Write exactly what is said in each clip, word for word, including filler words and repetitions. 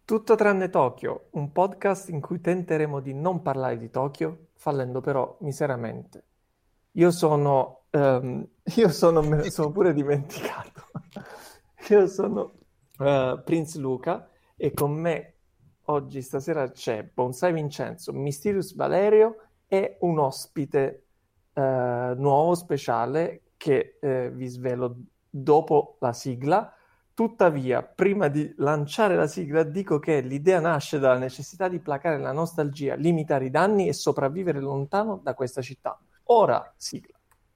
Tutto tranne Tokyo, un podcast in cui tenteremo di non parlare di Tokyo, fallendo però miseramente. Io sono, ehm, io sono, me ne sono pure dimenticato. Io sono eh, Prince Luca e con me oggi stasera c'è Bonsai Vincenzo, Mysterious Valerio e un ospite eh, nuovo, speciale, che eh, vi svelo dopo la sigla. Tuttavia, prima di lanciare la sigla, dico che l'idea nasce dalla necessità di placare la nostalgia, limitare i danni e sopravvivere lontano da questa città. Ora, sigla.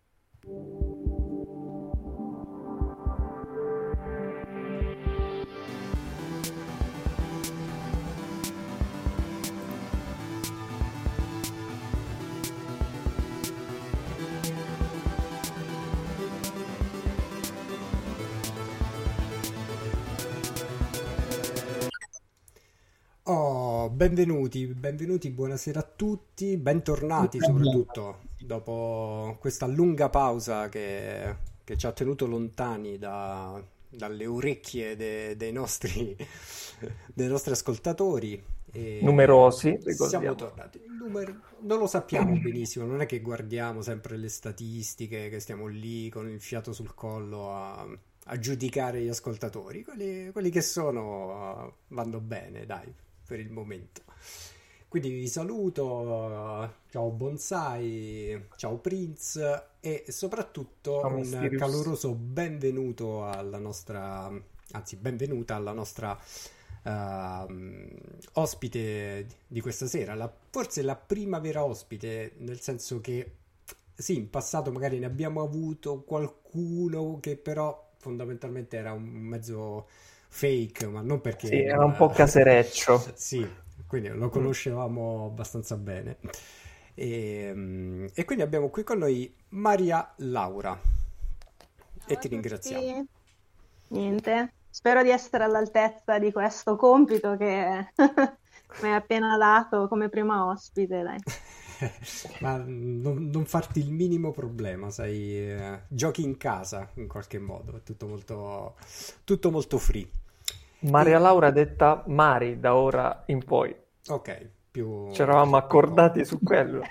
Oh, benvenuti, benvenuti, buonasera a tutti, bentornati soprattutto dopo questa lunga pausa che, che ci ha tenuto lontani da- dalle orecchie de- dei nostri, dei nostri ascoltatori. E Numerosi, siamo ricordiamo. tornati. Il numero non lo sappiamo benissimo, non è che guardiamo sempre le statistiche, che stiamo lì con il fiato sul collo a, a giudicare gli ascoltatori. Quelli, quelli che sono uh, vanno bene, dai, per il momento. Quindi vi saluto, ciao Bonsai, ciao Prince e soprattutto No, un Mysterious. caloroso benvenuto alla nostra, anzi benvenuta alla nostra ehm, ospite di questa sera, la- forse la prima vera ospite, nel senso che sì, in passato magari ne abbiamo avuto qualcuno che però fondamentalmente era un mezzo fake, ma non Sì, perché era non... un po' casereccio. Sì, quindi lo Mm. conoscevamo abbastanza bene. E, mm, e quindi abbiamo qui con noi Maria Laura Ciao e a ti ringraziamo. tutti. Niente, spero di essere all'altezza di questo compito che mi hai appena dato come prima ospite, dai. Ma non, non farti il minimo problema, sai, eh, giochi in casa in qualche modo, è tutto molto, tutto molto free. Maria E, Laura detta Mari da ora in poi. ok, Ci più, eravamo più comodo. accordati su quello.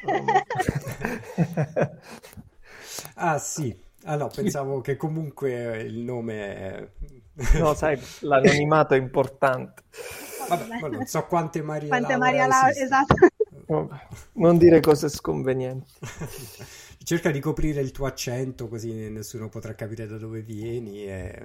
Ah sì, ah no, pensavo che comunque il nome... è- No, sai, l'anonimato è importante. Va Vabbè, bene. ma non so quante Maria Quante Laura Maria Laura, esistono. esatto. Vabbè, non dire cose sconvenienti. Cerca di coprire il tuo accento così nessuno potrà capire da dove vieni e...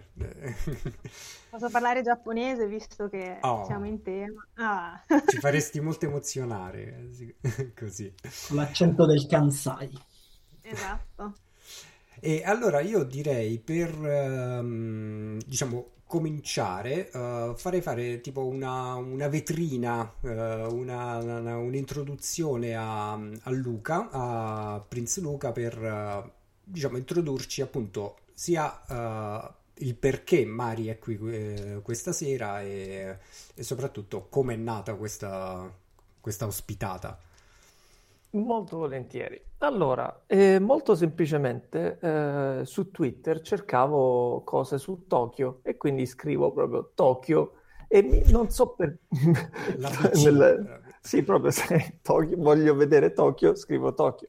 Posso parlare giapponese visto che siamo Oh, in tema? Ah. ci faresti molto emozionare, sì, così. Con l'accento del Kansai. Esatto. E allora io direi per, ehm, diciamo, cominciare, eh, farei fare tipo una, una vetrina, eh, una, una- un'introduzione a, a Luca, a Prince Luca per, eh, diciamo, introdurci appunto sia, eh, il perché Mari è qui, eh, questa sera e, e soprattutto come è nata questa, questa ospitata. Molto volentieri. Allora, eh, molto semplicemente eh, su Twitter cercavo cose su Tokyo e quindi scrivo proprio Tokyo e mi- non so per... La B C. nel- Sì, proprio se Tokyo, voglio vedere Tokyo, scrivo Tokyo.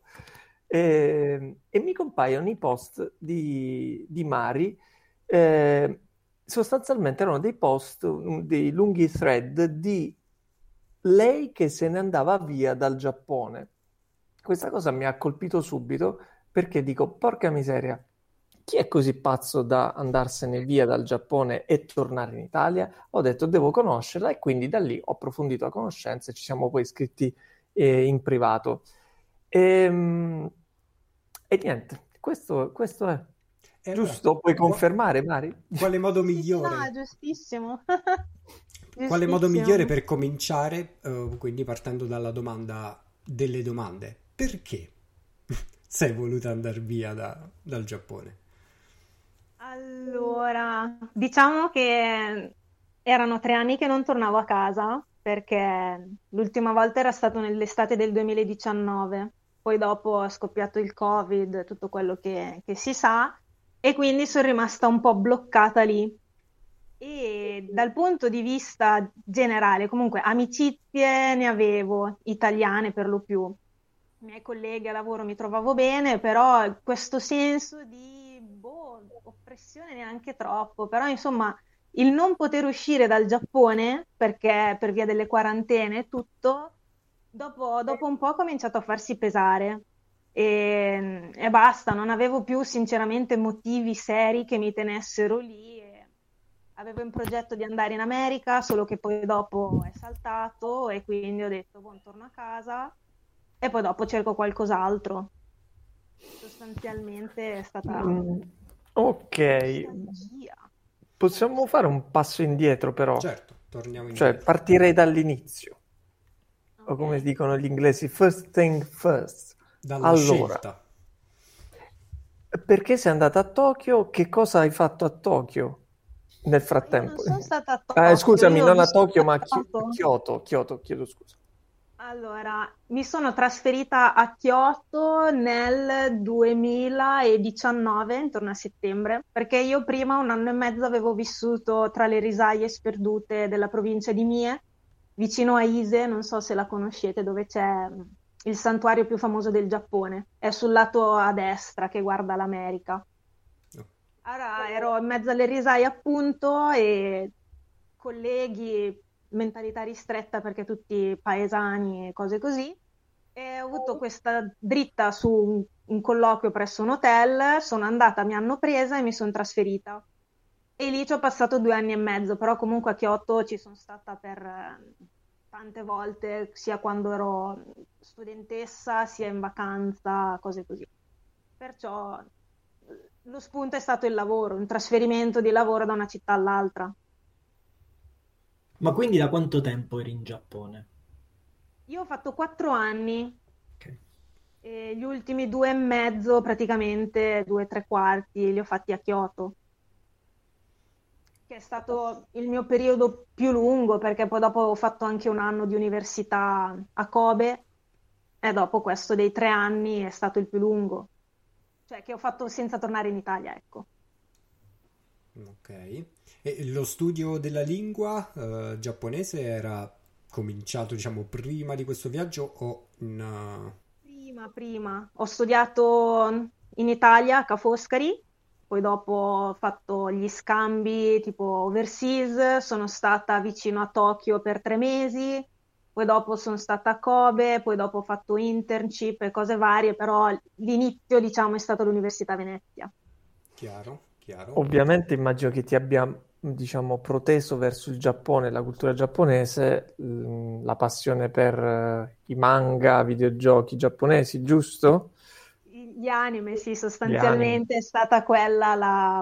E, e mi compaiono i post di, di Mari. eh, Sostanzialmente erano dei post, un- dei lunghi thread di lei che se ne andava via dal Giappone. Questa cosa mi ha colpito subito perché dico, porca miseria, chi è così pazzo da andarsene via dal Giappone e tornare in Italia? Ho detto, devo conoscerla e quindi da lì ho approfondito la conoscenza e ci siamo poi iscritti eh, in privato. Ehm, E, niente, questo, questo è E allora, giusto. Puoi qua- confermare, Mari? quale modo Sì, sì, no, è migliore? giustissimo. Quale modo migliore Giustissimo. per cominciare? Eh, quindi partendo dalla domanda delle domande. Perché sei voluta andare via da- dal Giappone? Allora, diciamo che erano tre anni che non tornavo a casa perché l'ultima volta era stato nell'estate del duemiladiciannove, poi dopo è scoppiato il Covid, tutto quello che, che si sa, e quindi sono rimasta un po' bloccata lì. E dal punto di vista generale, comunque amicizie ne avevo, italiane per lo più. I miei colleghi a lavoro mi trovavo bene, però questo senso di boh, oppressione neanche troppo, però insomma il non poter uscire dal Giappone perché per via delle quarantene e tutto, dopo, dopo un po' ha cominciato a farsi pesare e, e basta, non avevo più sinceramente motivi seri che mi tenessero lì. E avevo in progetto di andare in America, solo che poi dopo è saltato e quindi ho detto, buon, torno a casa e poi dopo cerco qualcos'altro. Sostanzialmente è stata Mm, ok, nostalgia. possiamo fare un passo indietro però, Certo, torniamo cioè indietro. partirei dall'inizio, o Ok. come dicono gli inglesi, first thing first. Dalla Allora, scelta. perché sei andata a Tokyo? Che cosa hai fatto a Tokyo nel Io non frattempo? sono stata a Eh, Tokyo, scusami, io ho non a vissuto Tokyo, a ma a Chi- Kyoto. Kyoto, Kyoto, chiedo scusa. Allora, mi sono trasferita a Kyoto nel duemiladiciannove, intorno a settembre, perché io prima un anno e mezzo avevo vissuto tra le risaie sperdute della provincia di Mie, vicino a Ise, non so se la conoscete, dove c'è mm, il santuario più famoso del Giappone. È sul lato a destra che guarda l'America. No. Allora, ero in mezzo alle risaie appunto e colleghi, mentalità ristretta perché tutti paesani e cose così. E ho avuto questa dritta su un, un colloquio presso un hotel, sono andata, mi hanno presa e mi sono trasferita. E lì ci ho passato due anni e mezzo, però comunque a Kyoto ci sono stata per eh, tante volte, sia quando ero studentessa, sia in vacanza, cose così. Perciò eh, lo spunto è stato il lavoro, un trasferimento di lavoro da una città all'altra. Ma quindi da quanto tempo eri in Giappone? Io ho fatto quattro anni Ok. e gli ultimi due e mezzo, praticamente due e tre quarti, li ho fatti a Kyoto, che è stato il mio periodo più lungo perché poi dopo ho fatto anche un anno di università a Kobe e dopo questo dei tre anni è stato il più lungo, cioè che ho fatto senza tornare in Italia, ecco. Ok. E lo studio della lingua eh, giapponese era cominciato, diciamo, prima di questo viaggio o in, eh, Prima, prima, ho studiato in Italia a Ca' Foscari, poi dopo ho fatto gli scambi tipo overseas, sono stata vicino a Tokyo per tre mesi, poi dopo sono stata a Kobe, poi dopo ho fatto internship e cose varie, però l'inizio, diciamo, è stato l'Università Venezia. chiaro, chiaro. Ovviamente immagino che ti abbia, diciamo, proteso verso il Giappone, la cultura giapponese, mm, la passione per eh, i manga, videogiochi giapponesi, giusto? Gli anime, sì, Gli anime. sostanzialmente è stata quella la,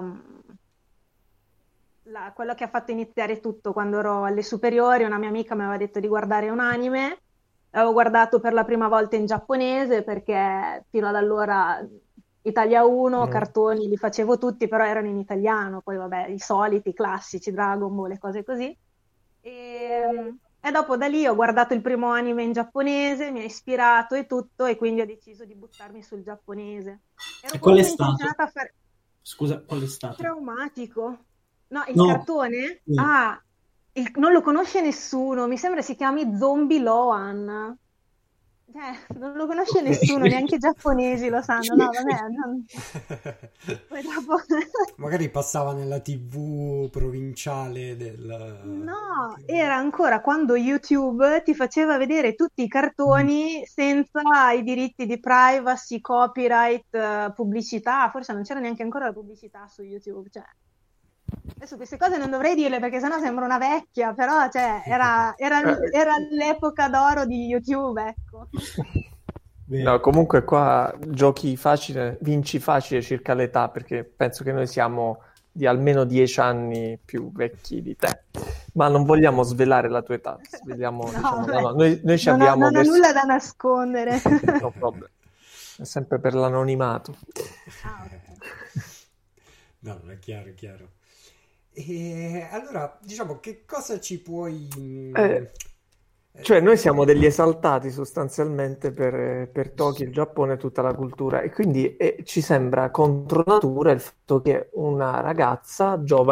la- quello che ha fatto iniziare tutto quando ero alle superiori. Una mia amica mi aveva detto di guardare un anime. Avevo guardato per la prima volta in giapponese perché fino ad allora Italia uno, Mm. cartoni li facevo tutti, però erano in italiano. Poi vabbè, i soliti, i classici, Dragon Ball, le cose così. E, e dopo da lì ho guardato il primo anime in giapponese, mi ha ispirato e tutto, e quindi ho deciso di buttarmi sul giapponese. Ero E qual è comunque stato? intenzionata a fare Scusa, qual è stato? traumatico. No, il No, cartone? sì. Ah, il- non lo conosce nessuno, mi sembra si chiami Zombie Loan. Eh, non lo conosce Ok. nessuno, neanche i giapponesi lo sanno. No, vabbè, non- poi dopo... Magari passava nella T V provinciale del... No, era ancora quando YouTube ti faceva vedere tutti i cartoni senza i diritti di privacy, copyright, eh, pubblicità. Forse non c'era neanche ancora la pubblicità su YouTube. Cioè, adesso queste cose non dovrei dirle perché sennò sembro una vecchia, però cioè, era, era- Eh, era l'epoca d'oro di YouTube, ecco. No, Vero. comunque qua giochi facile, vinci facile circa l'età, perché penso che noi siamo di almeno dieci anni più vecchi di te. Ma non vogliamo svelare la tua età, sveliamo, No, diciamo, no, vabbè, no, noi, noi ci non ho, abbiamo non ho questo, nulla da nascondere. no problem, è sempre per l'anonimato. Ah, ok. No, no, è chiaro, è chiaro. E allora, diciamo, che cosa ci puoi... mm, Eh, eh, Cioè, noi siamo degli esaltati sostanzialmente per, per Tokyo, il Giappone e tutta la cultura, e quindi eh, ci sembra contro natura il fatto che una ragazza giovane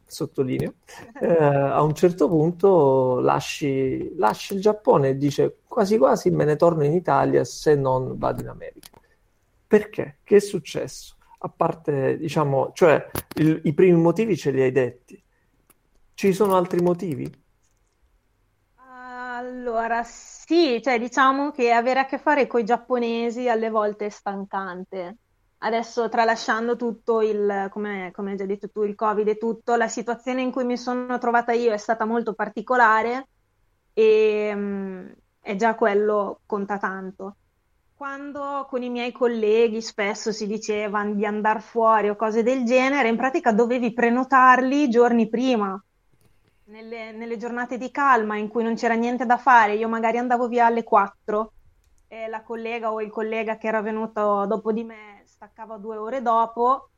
sottolineo, eh, a un certo punto lasci, lasci il Giappone e dice quasi quasi me ne torno in Italia se non vado in America. Perché? Che è successo? A parte, diciamo, cioè il, i primi motivi ce li hai detti. Ci sono altri motivi? Allora, sì, cioè diciamo che avere a che fare con i giapponesi alle volte è stancante. Adesso, tralasciando tutto il, come, come hai già detto tu, il Covid e tutto, la situazione in cui mi sono trovata io è stata molto particolare e mm, e già quello conta tanto. Quando con i miei colleghi spesso si diceva di andare fuori o cose del genere, in pratica dovevi prenotarli giorni prima. Nelle, nelle giornate di calma in cui non c'era niente da fare, io magari andavo via alle quattro e la collega o il collega che era venuto dopo di me staccava due ore dopo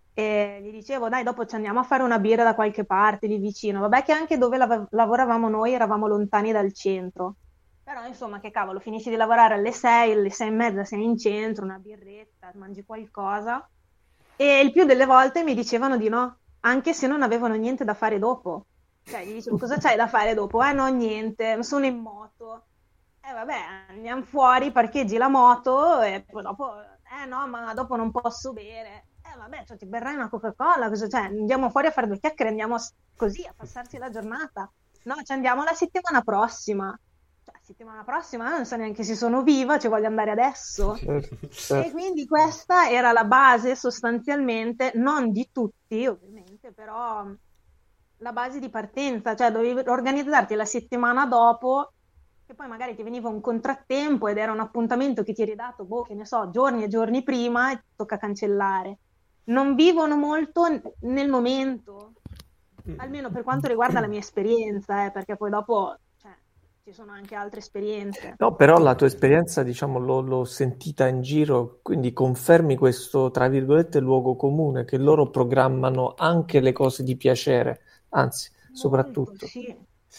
e gli dicevo, dai, dopo ci andiamo a fare una birra da qualche parte lì vicino. Vabbè che anche dove lav- lavoravamo noi eravamo lontani dal centro. Però insomma, che cavolo, finisci di lavorare alle sei, alle sei e mezza sei in centro, una birretta, mangi qualcosa. E il più delle volte mi dicevano di no, anche se non avevano niente da fare dopo. Cioè, gli dicevo, cosa c'hai da fare dopo? Eh, no, niente, sono in moto. Eh, vabbè, andiamo fuori, parcheggi la moto e poi dopo, eh no, ma dopo non posso bere. Eh, vabbè, cioè, ti berrai una Coca-Cola, cosa c'è? Andiamo fuori a fare due chiacchiere, andiamo s- così a passarci la giornata. No, ci andiamo la settimana prossima. Cioè, settimana prossima, eh, non so neanche se sono viva, ci voglio andare adesso. Certo, E certo. quindi questa era la base sostanzialmente, non di tutti ovviamente, però mh, la base di partenza, cioè dovevi organizzarti la settimana dopo, che poi magari ti veniva un contrattempo ed era un appuntamento che ti eri dato, boh, che ne so, giorni e giorni prima e ti tocca cancellare. Non vivono molto n- nel momento, almeno per quanto riguarda la mia esperienza, eh, perché poi dopo, cioè, ci sono anche altre esperienze. No, però la No, tua esperienza, diciamo, l'ho, l'ho sentita in giro, quindi confermi questo, tra virgolette, luogo comune, che loro programmano anche le cose di piacere, anzi, Molto, soprattutto. sì,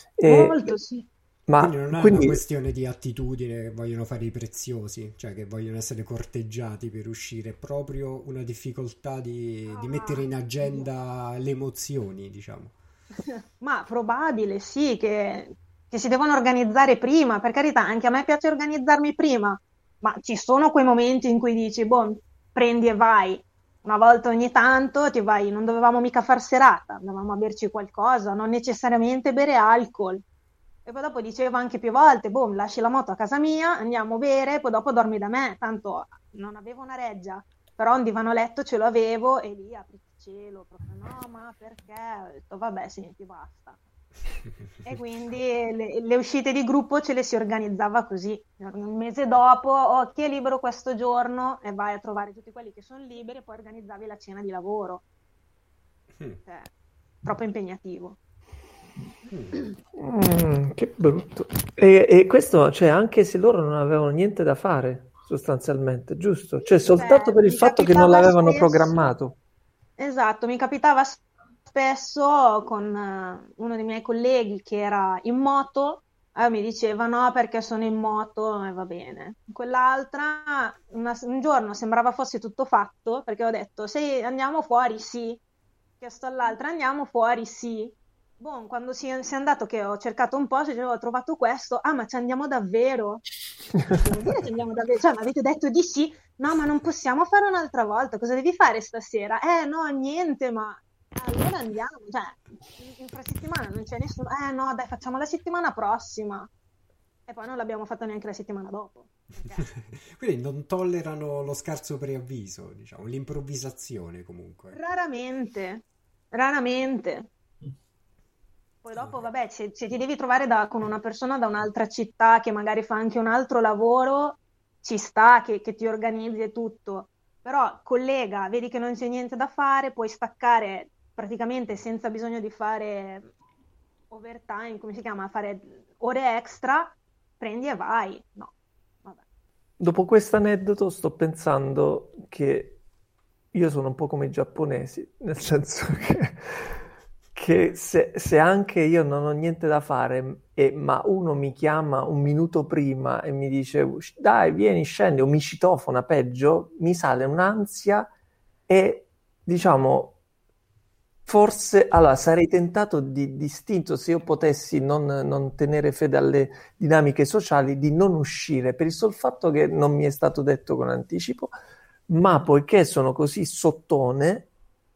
E, molto, sì. quindi ma non è una quindi, questione di attitudine che vogliono fare i preziosi, cioè che vogliono essere corteggiati per uscire, è proprio una difficoltà di, di mettere Ah, in oddio. agenda le emozioni, diciamo. Ma probabile, sì, che, che si devono organizzare prima, per carità, anche a me piace organizzarmi prima, ma ci sono quei momenti in cui dici, boh, prendi e vai, una volta ogni tanto ti vai, non dovevamo mica far serata, dovevamo berci qualcosa, non necessariamente bere alcol. E poi dopo dicevo anche più volte, boh, lasci la moto a casa mia, andiamo a bere, poi dopo dormi da me, tanto non avevo una reggia, però un divano letto ce lo avevo e lì apri il cielo, proprio no, ma perché? Ho detto vabbè, senti, basta. E quindi le, le uscite di gruppo ce le si organizzava così. Un mese dopo, oh, chi è libero questo giorno? E vai a trovare tutti quelli che sono liberi e poi organizzavi la cena di lavoro. Mm, Cioè, troppo impegnativo. mm. mm, che brutto. E, e questo, cioè, anche se loro non avevano niente da fare, sostanzialmente, giusto? Cioè, soltanto Cioè, per il mi fatto che non capitava l'avevano spesso. programmato. Esatto, mi capitava s- spesso con eh, uno dei miei colleghi che era in moto, eh, mi diceva no perché sono in moto e va bene. Quell'altra, una- un giorno sembrava fosse tutto fatto perché ho detto se andiamo fuori sì, chiesto all'altra andiamo fuori sì. Boh, quando si è, si è andato che ho cercato un po', se ho trovato questo, ah ma ci andiamo davvero? Che vuol dire ci andiamo davvero? Cioè, mi avete detto di sì? No, ma non possiamo fare un'altra volta. Cosa devi fare stasera? Eh, no, niente, ma allora andiamo. Cioè, in- infrasettimana non c'è nessuno. Eh, no, dai, facciamo la settimana prossima. E poi non l'abbiamo fatto neanche la settimana dopo. Perché? Quindi non tollerano lo scarso preavviso, diciamo, l'improvvisazione comunque. Raramente, raramente. Poi Ah, dopo, eh. vabbè, se, se ti devi trovare da- con una persona da un'altra città che magari fa anche un altro lavoro, ci sta che, che ti organizzi e tutto. Però collega, vedi che non c'è niente da fare, puoi staccare praticamente senza bisogno di fare overtime, come si chiama? Fare ore extra, prendi e vai. No, vabbè. Dopo questo aneddoto sto pensando che io sono un po' come i giapponesi, nel senso che, che se, se anche io non ho niente da fare, e- ma uno mi chiama un minuto prima e mi dice dai, vieni, scendi, o mi citofona, peggio, mi sale un'ansia e diciamo forse, allora, sarei tentato di distinto, se io potessi non, non tenere fede alle dinamiche sociali, di non uscire, per il sol fatto che non mi è stato detto con anticipo, ma poiché sono così sottone,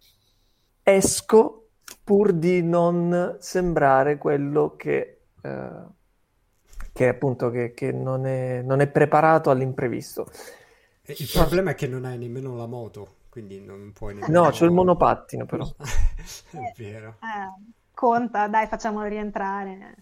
esco pur di non sembrare quello che, eh, che appunto che, che non è, non è preparato all'imprevisto. E il problema è che non hai nemmeno la moto, quindi non puoi No, c'ho il nemmeno... monopattino però. È vero. Eh, conta, dai, facciamolo rientrare.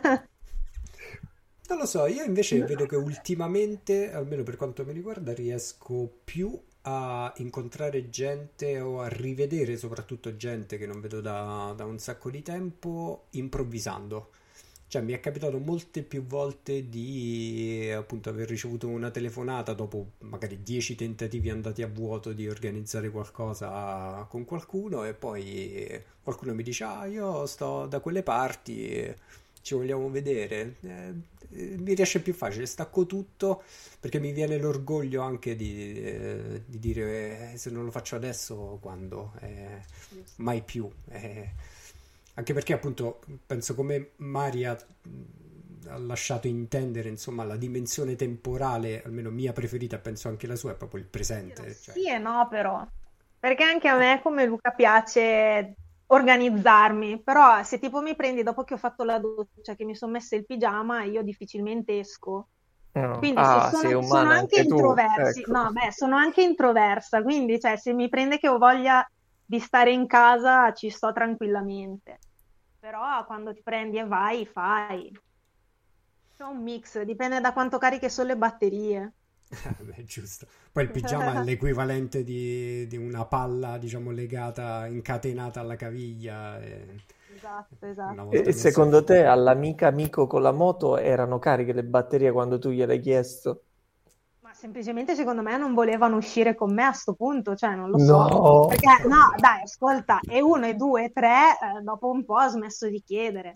Non lo so, io invece vedo che ultimamente, almeno per quanto mi riguarda, riesco più a incontrare gente o a rivedere soprattutto gente che non vedo da, da un sacco di tempo improvvisando. Cioè, mi è capitato molte più volte di appunto aver ricevuto una telefonata dopo magari dieci tentativi andati a vuoto di organizzare qualcosa con qualcuno e poi qualcuno mi dice: Ah, io sto da quelle parti, ci vogliamo vedere. Eh, eh, mi riesce più facile, stacco tutto perché mi viene l'orgoglio anche di, eh, di dire: eh, se non lo faccio adesso, quando? Eh, mai più. Eh, anche perché appunto penso come Maria mh, ha lasciato intendere, insomma, la dimensione temporale, almeno mia preferita, penso anche la sua, è proprio il presente. Cioè, Sì e no, però, perché anche a me, come Luca, piace organizzarmi, però se tipo mi prendi dopo che ho fatto la doccia, che mi sono messa il pigiama, io difficilmente esco. No. Quindi se Ah, sei sono, sono umana anche anche tu, introversi, ecco. no, beh, sono anche introversa, quindi cioè, se mi prende che ho voglia di stare in casa, ci sto tranquillamente. Però quando ti prendi e vai, fai. C'è un mix, dipende da quanto cariche sono le batterie. beh, giusto. Poi il pigiama è l'equivalente di, di una palla, diciamo, legata, incatenata alla caviglia. E Esatto, una esatto. volta E messo a secondo fuoco. te all'amica amico con la moto erano cariche le batterie quando tu gliel'hai chiesto? Ma semplicemente secondo me non volevano uscire con me a sto punto, cioè non lo so. No! Perché no, dai, ascolta, e uno, e due, e tre, eh, dopo un po' ho smesso di chiedere.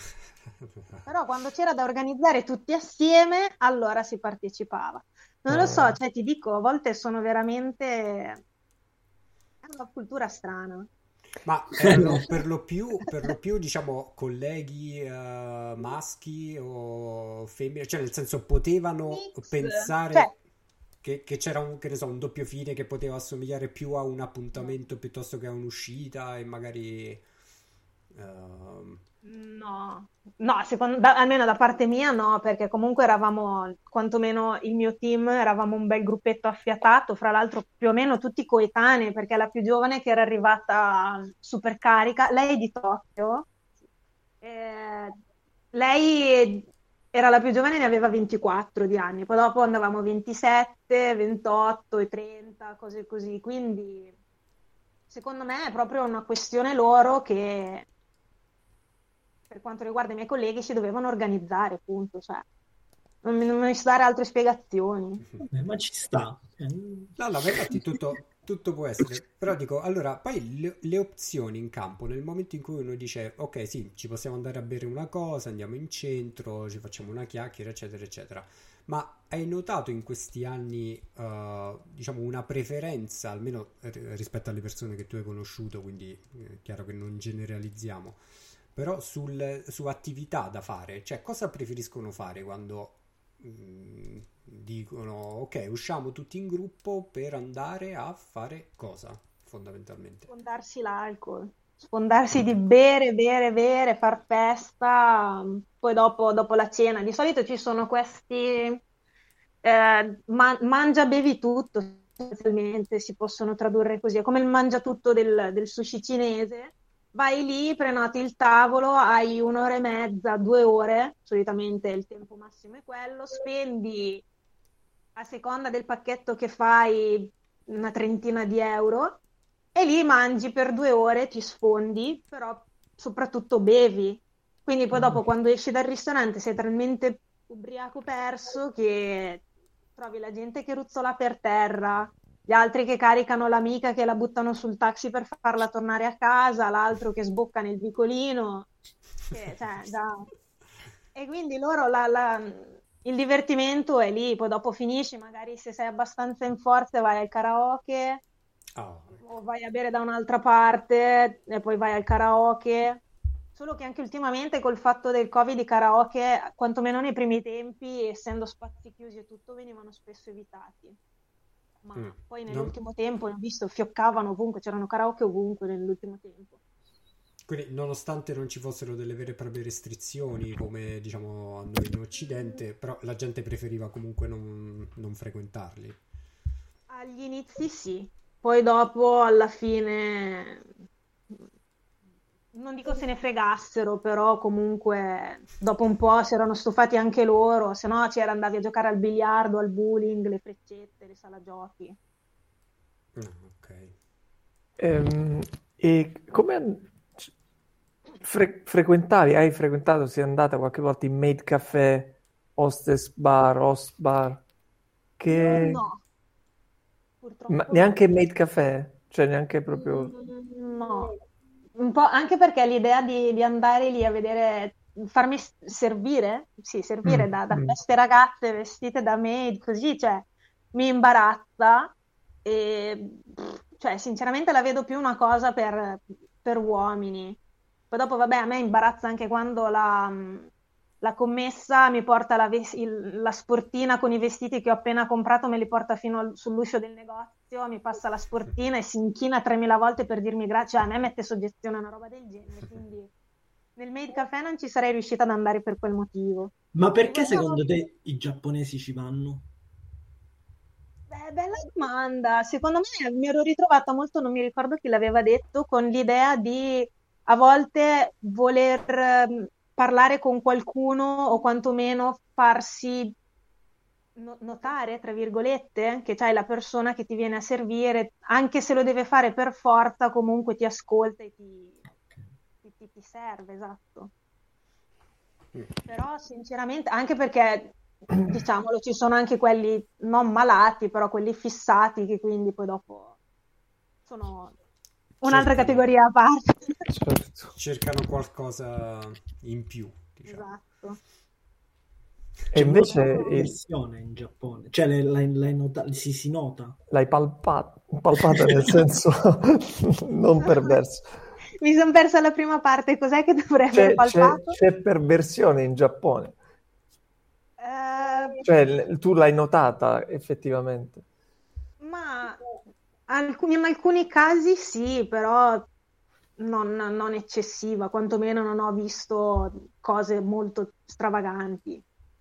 Però quando c'era da organizzare tutti assieme, allora si partecipava. Non lo so, Eh, cioè ti dico, a volte sono veramente... È una cultura strana. Ma erano per lo più, per lo più, diciamo, colleghi eh, maschi o femmine, cioè nel senso potevano Mix, cioè, pensare che, che c'era un, che ne so, un doppio fine che poteva assomigliare più a un no. appuntamento piuttosto che a un'uscita e magari... ehm, No, no, secondo, da- almeno da parte mia no, perché comunque eravamo, quantomeno il mio team, eravamo un bel gruppetto affiatato, fra l'altro più o meno tutti coetanei, perché la più giovane che era arrivata super carica, lei è di Tokyo, eh, lei era la più giovane, ne aveva ventiquattro di anni, poi dopo andavamo ventisette, ventotto e trenta, cose così, quindi secondo me è proprio una questione loro che per quanto riguarda i miei colleghi, si dovevano organizzare, punto. Cioè, non mi, non mi so dare altre spiegazioni. Eh, ma ci sta. Eh, No, no, ma infatti tutto, tutto può essere, però dico, allora, poi le, le opzioni in campo, nel momento in cui uno dice, ok, sì, ci possiamo andare a bere una cosa, andiamo in centro, ci facciamo una chiacchiera, eccetera, eccetera, ma hai notato in questi anni, eh, diciamo, una preferenza, almeno r- rispetto alle persone che tu hai conosciuto, quindi è chiaro che non generalizziamo, però sul- su attività da fare, cioè cosa preferiscono fare quando mh, dicono ok, usciamo tutti in gruppo per andare a fare cosa, fondamentalmente. Sfondarsi l'alcol, sfondarsi Ok. di bere, bere, bere, far festa, poi dopo, dopo la cena. Di solito ci sono questi eh, ma- mangia, bevi tutto, sostanzialmente si possono tradurre così. È come il mangia tutto del, del sushi cinese. Vai lì, prenoti il tavolo, hai un'ora e mezza, due ore, solitamente il tempo massimo è quello, spendi a seconda del pacchetto che fai una trentina di euro e lì mangi per due ore, ti sfondi, però soprattutto bevi. Quindi poi dopo quando esci dal ristorante sei talmente ubriaco perso che trovi la gente che ruzzola per terra, gli altri che caricano l'amica che la buttano sul taxi per farla tornare a casa, l'altro che sbocca nel vicolino. Che, cioè, da- E quindi loro la- la- il divertimento è lì, poi dopo finisci, magari se sei abbastanza in forza vai al karaoke, Oh, o vai a bere da un'altra parte e poi vai al karaoke. Solo che anche ultimamente col fatto del Covid i karaoke, quantomeno nei primi tempi, essendo spazi chiusi e tutto, venivano spesso evitati. Ma Mm. poi Non- nell'ultimo tempo, ho visto, fioccavano ovunque, c'erano karaoke ovunque nell'ultimo tempo. Quindi, nonostante non ci fossero delle vere e proprie restrizioni, come diciamo a noi in Occidente, però la gente preferiva comunque non, non frequentarli. Agli inizi sì, poi dopo alla fine non dico se ne fregassero, però comunque dopo un po' si erano stufati anche loro, se no c'era andavi a giocare al biliardo, al bowling, le freccette, le sala giochi. Ah, ok. Ehm, e come an- fre- frequentavi, hai frequentato, sei andata qualche volta in maid caffè, hostess bar, host bar, Io che... no, Ma purtroppo no. neanche maid caffè? Cioè neanche proprio... Mm, no, un po' anche perché l'idea di, di andare lì a vedere, farmi s- servire, sì, servire Mm, da, da mm. queste ragazze vestite da maid, così, cioè, mi imbarazza e, pff, cioè, sinceramente la vedo più una cosa per, per uomini. Poi dopo, vabbè, a me imbarazza anche quando la, la commessa mi porta la, ves- il- la sportina con i vestiti che ho appena comprato, me li porta fino al- sull'uscio del negozio, mi passa la sportina e si inchina tremila volte per dirmi grazie. Cioè, a me mette soggezione una roba del genere, quindi nel Made Café non ci sarei riuscita ad andare per quel motivo. Ma Mi perché volevano... secondo te i giapponesi ci vanno? Beh, bella domanda. Secondo me mi ero ritrovata molto, non mi ricordo chi l'aveva detto, con l'idea di a volte voler ehm, parlare con qualcuno o quantomeno farsi no- notare, tra virgolette, che c'hai la persona che ti viene a servire, anche se lo deve fare per forza, comunque ti ascolta e ti, ti- ti- ti serve, esatto. Mm. Però sinceramente, anche perché, diciamolo, ci sono anche quelli non malati, però quelli fissati che quindi poi dopo sono un'altra Cercano, categoria a parte. Certo. cercano qualcosa in più, diciamo. Esatto. E C'è molta invece il- pressione in Giappone, cioè l'hai, l'hai- l'hai nota- si, si nota. l'hai palpata, palpata nel senso non perverso. Mi sono persa la prima parte, cos'è che dovrei aver C'è, c'è- palpato? c'è perversione in Giappone, Eh, cioè l- tu l'hai notata effettivamente. ma alcuni- in alcuni casi sì, però non, non eccessiva, quantomeno non ho visto cose molto stravaganti,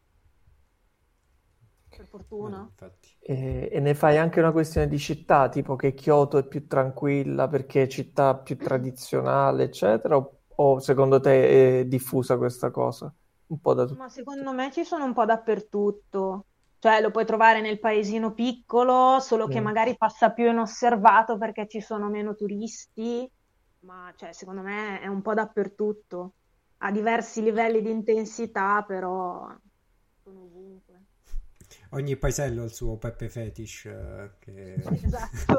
per Eh, fortuna. infatti. E, e ne fai anche una questione di città, tipo che Kyoto è più tranquilla perché è città più tradizionale, eccetera, o, o secondo te è diffusa questa cosa? Un po' da Ma tutto. secondo me ci sono un po' dappertutto, cioè lo puoi trovare nel paesino piccolo, solo che Mm. magari passa più inosservato perché ci sono meno turisti, ma cioè, secondo me è un po' dappertutto. Ha diversi livelli di intensità, però sono ovunque. Ogni paesello ha il suo Peppe Fetish eh, che... Esatto.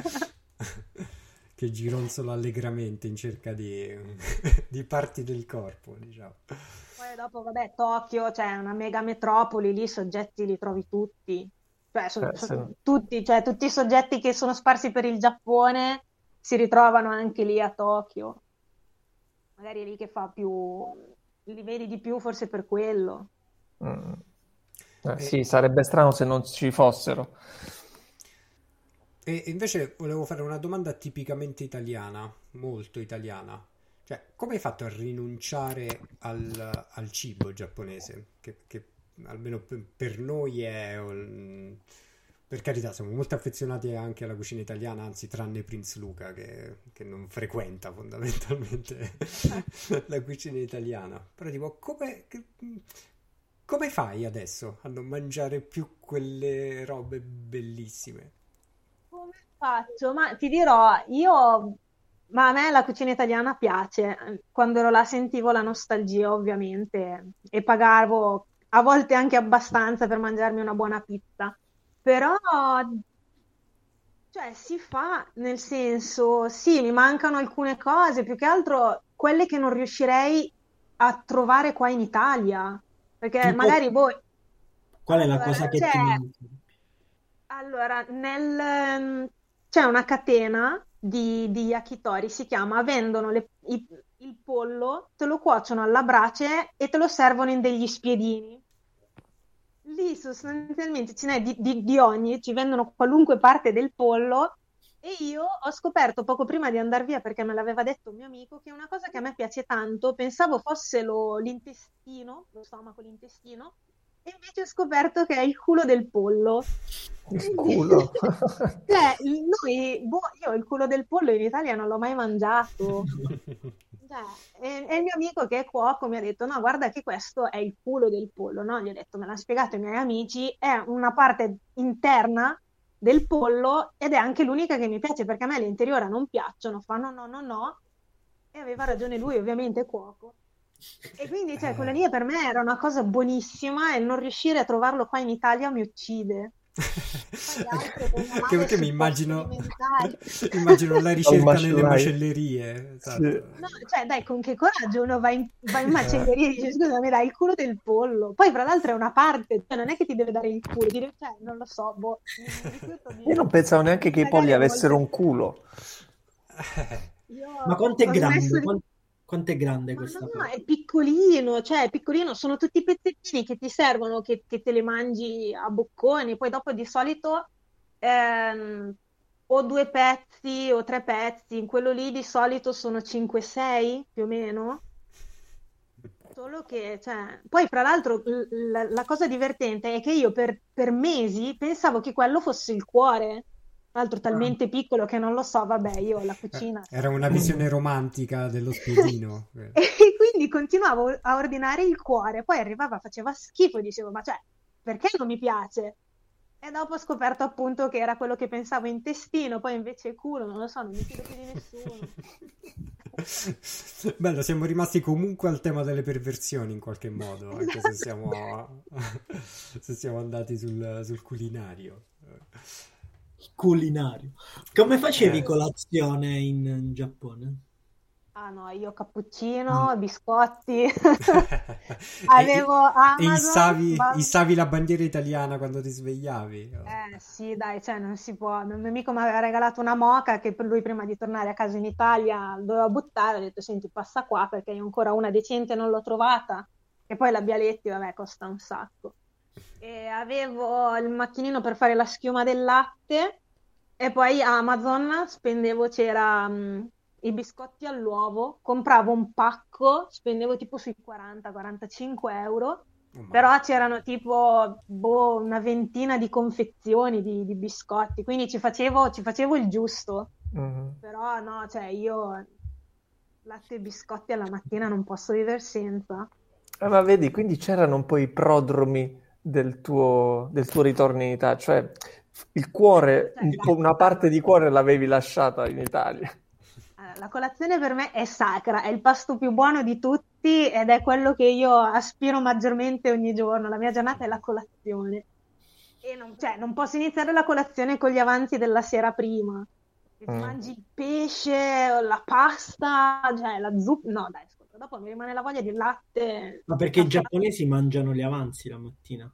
che gironzola allegramente in cerca di, di parti del corpo, diciamo. Poi dopo, vabbè, Tokyo, cioè è una mega metropoli, lì i soggetti li trovi tutti. Cioè, so- Eh, so- se- tutti, cioè, tutti i soggetti che sono sparsi per il Giappone si ritrovano anche lì a Tokyo. Magari è lì che fa più, li vedi di più forse per quello. mm. Eh, E, sì, sarebbe strano se non ci fossero. e invece volevo fare una domanda tipicamente italiana, molto italiana. Cioè, come hai fatto a rinunciare al, al cibo giapponese? Che, che almeno per, per noi è... un- Per carità, siamo molto affezionati anche alla cucina italiana, anzi, tranne Prince Luca che, che non frequenta fondamentalmente la cucina italiana. Però tipo, come, che- come fai adesso a non mangiare più quelle robe bellissime? Come faccio? Ma ti dirò, io, ma a me la cucina italiana piace. Quando ero là sentivo la nostalgia, ovviamente, e pagavo a volte anche abbastanza per mangiarmi una buona pizza. Però, cioè, si fa, nel senso, sì, mi mancano alcune cose, più che altro quelle che non riuscirei a trovare qua in Italia. Perché Tipo, magari voi... qual è la Allora, cosa che c'è ti manca? allora, nel, ehm, c'è una catena di, di yakitori, si chiama, vendono le- i- il pollo, te lo cuociono alla brace e te lo servono in degli spiedini. Lì sostanzialmente ce n'è di, di- di ogni, ci vendono qualunque parte del pollo e io ho scoperto poco prima di andare via, perché me l'aveva detto un mio amico, che è una cosa che a me piace tanto, pensavo fosse lo- l'intestino, lo stomaco, l'intestino, e invece ho scoperto che è il culo del pollo. Il Quindi, culo. cioè, noi, boh, io il culo del pollo in Italia non l'ho mai mangiato. Cioè, e, e il mio amico che è cuoco mi ha detto: no, guarda che questo è il culo del pollo, no? Gli ho detto, me l'ha spiegato i miei amici, è una parte interna del pollo ed è anche l'unica che mi piace perché a me le interiora non piacciono. Fa no, no, no, no. E aveva ragione lui, ovviamente è cuoco. E quindi, cioè, quella Eh. lì per me era una cosa buonissima e non riuscire a trovarlo qua in Italia mi uccide. Poi le altre, bene o Anche male, perché mi si può immagino sperimentare. immagino la Al ricerca nelle macellaio. macellerie, Sì. esatto. No, cioè, dai, con che coraggio uno va in, va in Eh. macelleria e dice: scusa, mi dai il culo del pollo. Poi, fra l'altro, è una parte, cioè, non è che ti deve dare il culo, ti deve, cioè, non lo so, boh, mi rifiuto di, Io non pensavo neanche di che i polli indagare avessero oltre. un culo. Eh. Io Ma quanto è ho grande? smesso di... Quan- Quanto è grande Ma questa no, cosa? è piccolino, cioè è piccolino, sono tutti pezzettini che ti servono, che, che te le mangi a bocconi, poi dopo di solito ehm, o due pezzi o tre pezzi, in quello lì di solito sono cinque sei più o meno. Solo che, cioè, poi fra l'altro l- la, la cosa divertente è che io per, per mesi pensavo che quello fosse il cuore, tra l'altro Ah. talmente piccolo che non lo so, vabbè, io la Eh, cucina, Era sai. una visione romantica dello spiedino. E quindi continuavo a ordinare il cuore, poi arrivava, faceva schifo, dicevo, ma cioè, perché non mi piace? E dopo ho scoperto appunto che era quello che pensavo intestino, poi invece culo, non lo so, non mi fido più di nessuno. Bello, siamo rimasti comunque al tema delle perversioni in qualche modo, anche se siamo, se siamo andati sul, sul culinario. Culinario. Come facevi Eh, colazione in, in Giappone? Ah no, io Ah. cappuccino, biscotti, e, e- avevo e Amazon, issavi, ma... issavi la bandiera italiana quando ti svegliavi? Eh sì, dai, cioè non si può. Il mio amico mi aveva regalato una moka che per lui prima di tornare a casa in Italia doveva buttare, ho detto senti passa qua perché io ancora una decente non l'ho trovata e poi la Bialetti, vabbè, costa un sacco. E avevo il macchinino per fare la schiuma del latte e poi a Amazon spendevo, c'era mh, i biscotti all'uovo, compravo un pacco, spendevo tipo sui quaranta quarantacinque euro, Oh, mamma. però c'erano tipo boh, una ventina di confezioni di, di biscotti, quindi ci facevo, ci facevo il giusto. Mhm. Però no, cioè io latte e biscotti alla mattina non posso vivere senza. Eh, ma vedi, quindi c'erano un po' i prodromi del tuo, del tuo ritorno in Italia, cioè il cuore, Cioè, un po' una basta. parte di cuore l'avevi lasciata in Italia. Allora, la colazione per me è sacra, è il pasto più buono di tutti ed è quello che io aspiro maggiormente ogni giorno. La mia giornata è la colazione. E non, cioè, non posso iniziare la colazione con gli avanzi della sera prima. Se ti Mm. mangi il pesce, o la pasta, cioè la zuppa. No, dai, ascolta, dopo mi rimane la voglia di latte, Ma perché i caffè. giapponesi mangiano gli avanzi la mattina?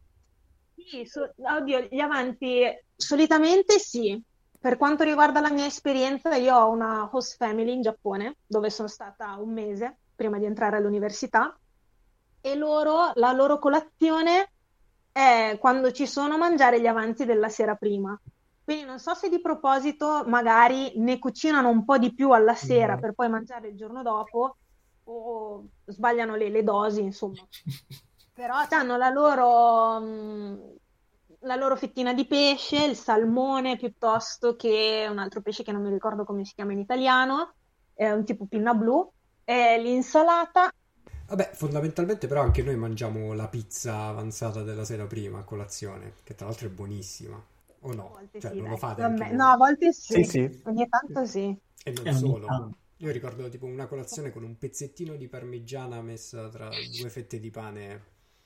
Sì, so- oddio, gli avanti solitamente sì. Per quanto riguarda la mia esperienza, io ho una host family in Giappone, dove sono stata un mese prima di entrare all'università, e loro, la loro colazione è quando ci sono mangiare gli avanzi della sera prima. Quindi non so se di proposito magari ne cucinano un po' di più alla sera Mm. per poi mangiare il giorno dopo, o sbagliano le, le dosi, insomma. Però hanno la loro, mh, la loro fettina di pesce, il salmone piuttosto che un altro pesce che non mi ricordo come si chiama in italiano, è un tipo pinna blu, e l'insalata. Vabbè, fondamentalmente però anche noi mangiamo la pizza avanzata della sera prima a colazione, che tra l'altro è buonissima. O A no? volte Cioè, sì, non lo dai. fate anche Vabbè, no, a voi? volte Sì, sì, sì. ogni tanto sì. E non E ogni solo. tanto. Io ricordo tipo una colazione con un pezzettino di parmigiana messa tra due fette di pane.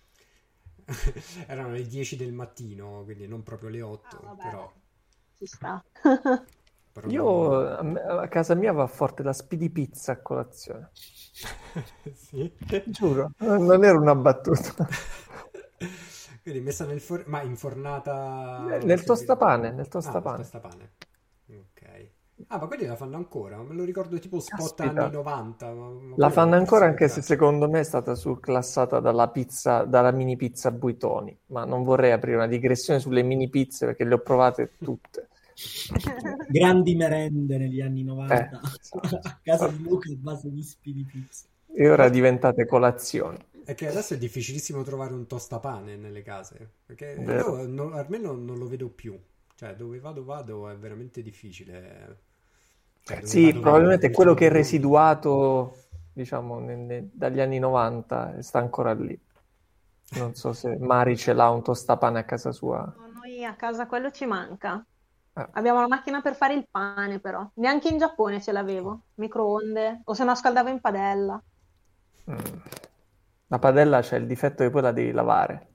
Erano le dieci del mattino, quindi non proprio le Ah, otto, vabbè, però, ci sta. però Io, non... a, me- a casa mia va forte la speedy pizza a colazione. Sì. Giuro, non era una battuta. Quindi messa nel forno, ma infornata Nel subito. tostapane, nel Ah, nel tostapane. tostapane. Ok. Ah, ma quelli la fanno ancora? Me lo ricordo tipo spot Caspita. anni novanta. Ma, ma La quello fanno l'ho ancora perso di anche se traccia. secondo me è stata surclassata dalla pizza, dalla mini pizza Buitoni, ma non vorrei aprire una digressione sulle mini pizze perché le ho provate tutte. Grandi merende negli anni Eh, novanta esatto, a casa di esatto. Luca a base di spi di pizza. E Tra ora l'altro diventate colazioni, è che adesso è difficilissimo trovare un tostapane nelle case, perché vero? io non- almeno non lo vedo più. Cioè, dove vado vado è veramente difficile. Cioè, dove Sì, vado vado, probabilmente è quello l'ultimo che è periodo. residuato, diciamo, ne- ne- dagli anni novanta e sta ancora lì. Non so se Mari ce l'ha un tostapane a casa sua. No, noi a casa quello ci manca. Ah, Abbiamo la macchina per fare il pane, però. Neanche in Giappone ce Oh, l'avevo. Microonde. O se no scaldavo in padella. mm. La padella c'è il difetto che poi la devi lavare.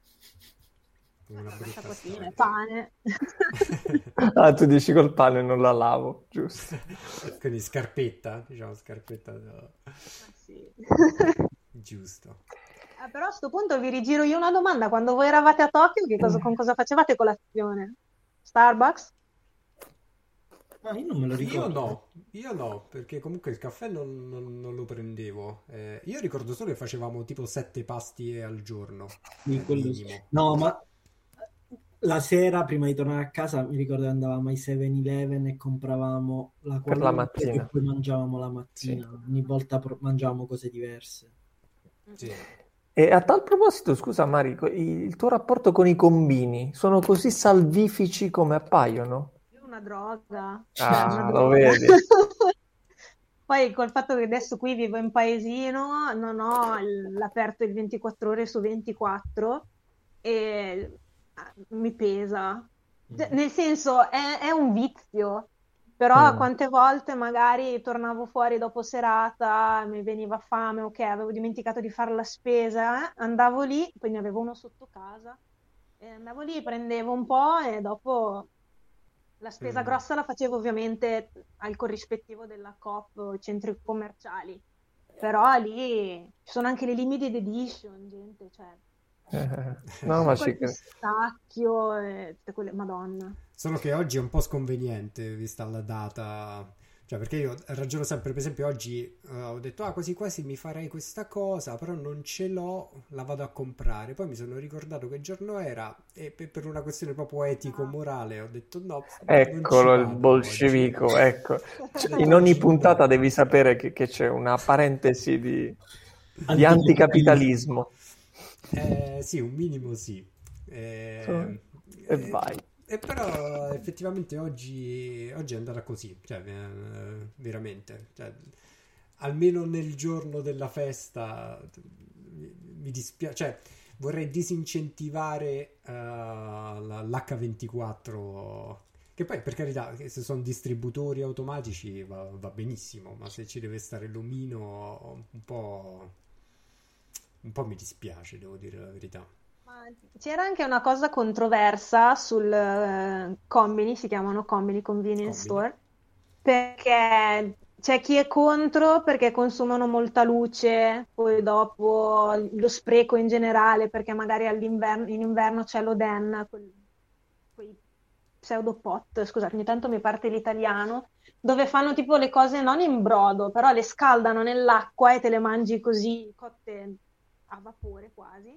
una Lascia brutta così, è storia. pane. Ah, tu dici col pane non la lavo, giusto? Quindi scarpetta, diciamo scarpetta da- Ah, sì. giusto. Eh, però a sto punto vi rigiro io una domanda. Quando voi eravate a Tokyo, che cosa- con cosa facevate colazione? Starbucks? Ah, io non me lo Io ricordo. no, io no, perché comunque il caffè non, non- non lo prendevo. Eh, io ricordo solo che facevamo tipo sette pasti al giorno, Sì, eh, quello sì. minimo. No, ma la sera prima di tornare a casa mi ricordo che andavamo ai seven eleven e compravamo la Per la qualunque che mattina. poi mangiavamo la Sì. mattina. Ogni volta pro- mangiavamo cose diverse. Sì. E a tal proposito, scusa Marico, il tuo rapporto con i combini sono così salvifici come appaiono? È una droga, cioè una Ah, lo droga. vedi? Poi col fatto che adesso qui vivo in paesino, non ho il- l'aperto il ventiquattro ore su ventiquattro e ah, mi pesa. Cioè, Mm. nel senso, è, è un vizio, però Mm. quante volte magari tornavo fuori dopo serata, mi veniva fame, ok, avevo dimenticato di fare la spesa, eh, andavo lì, poi ne avevo uno sotto casa, e andavo lì, prendevo un po' e dopo la spesa Mm. grossa la facevo ovviamente al corrispettivo della Coop o centri commerciali, però lì ci sono anche le limited edition, gente, cioè Eh, no, ma tipo il ci credo. pistacchio e tutte quelle, Madonna. Solo che oggi è un po' sconveniente vista la data. Cioè, perché io ragiono sempre, per esempio, oggi eh, ho detto, ah, quasi quasi mi farei questa cosa, però non ce l'ho, la vado a comprare. Poi mi sono ricordato che giorno era e pe- per una questione proprio No. etico-morale ho detto, no, non ci Eccolo il vado oggi. bolscevico, ecco. Ho C- detto, In ogni oggi puntata no. devi sapere che, che c'è una parentesi di, di Anticapitalismo. anticapitalismo. Eh, sì, un minimo sì. So- Eh, E eh, vai. e però effettivamente oggi, oggi è andata così, cioè eh, veramente. Cioè, almeno nel giorno della festa mi, mi dispiace, cioè vorrei disincentivare eh, la- l'H ventiquattro, che poi per carità, che se sono distributori automatici va, va benissimo, ma se ci deve stare l'omino un po', un po' mi dispiace, devo dire la verità. Ma c'era anche una cosa controversa sul eh, Combini, si chiamano Combini Convenience Combini. Store, perché c'è chi è contro perché consumano molta luce, poi dopo lo spreco in generale, perché magari all'inverno, in inverno c'è l'Oden, quel- quei pseudopot, scusate, ogni tanto mi parte l'italiano, dove fanno tipo le cose non in brodo, però le scaldano nell'acqua e te le mangi così cotte a vapore quasi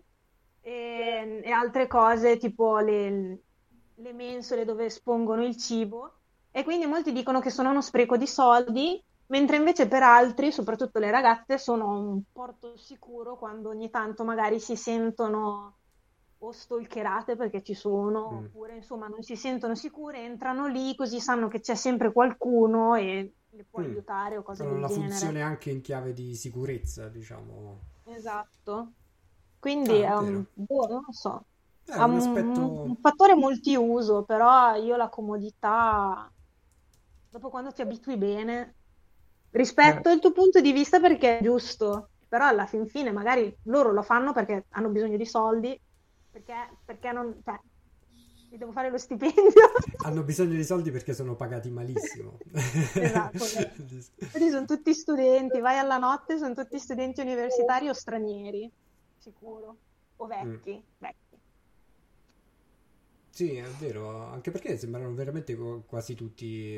e, e altre cose tipo le, le mensole dove espongono il cibo e quindi molti dicono che sono uno spreco di soldi, mentre invece per altri, soprattutto le ragazze, sono un porto sicuro quando ogni tanto magari si sentono o stalkerate perché ci sono, Mm. oppure insomma non si sentono sicure, entrano lì così sanno che c'è sempre qualcuno e le può Mm. aiutare o cose Fanno del una genere. funzione anche in chiave di sicurezza, diciamo. Esatto. Quindi Ah, è è un, vero. boh, non lo so, È ha un un, aspetto. un fattore multiuso, però io la comodità, dopo quando ti abitui bene, Eh, rispetto il tuo punto di vista perché è giusto, però alla fin fine magari loro lo fanno perché hanno bisogno di soldi, perché, perché non, cioè, mi devo fare lo stipendio. Hanno bisogno di soldi perché sono pagati malissimo. Esatto, quelli sono tutti studenti, vai alla notte, sono tutti studenti universitari o stranieri, sicuro, o Mm. vecchi, vecchi. Sì, è vero, anche perché sembrano veramente co- quasi tutti.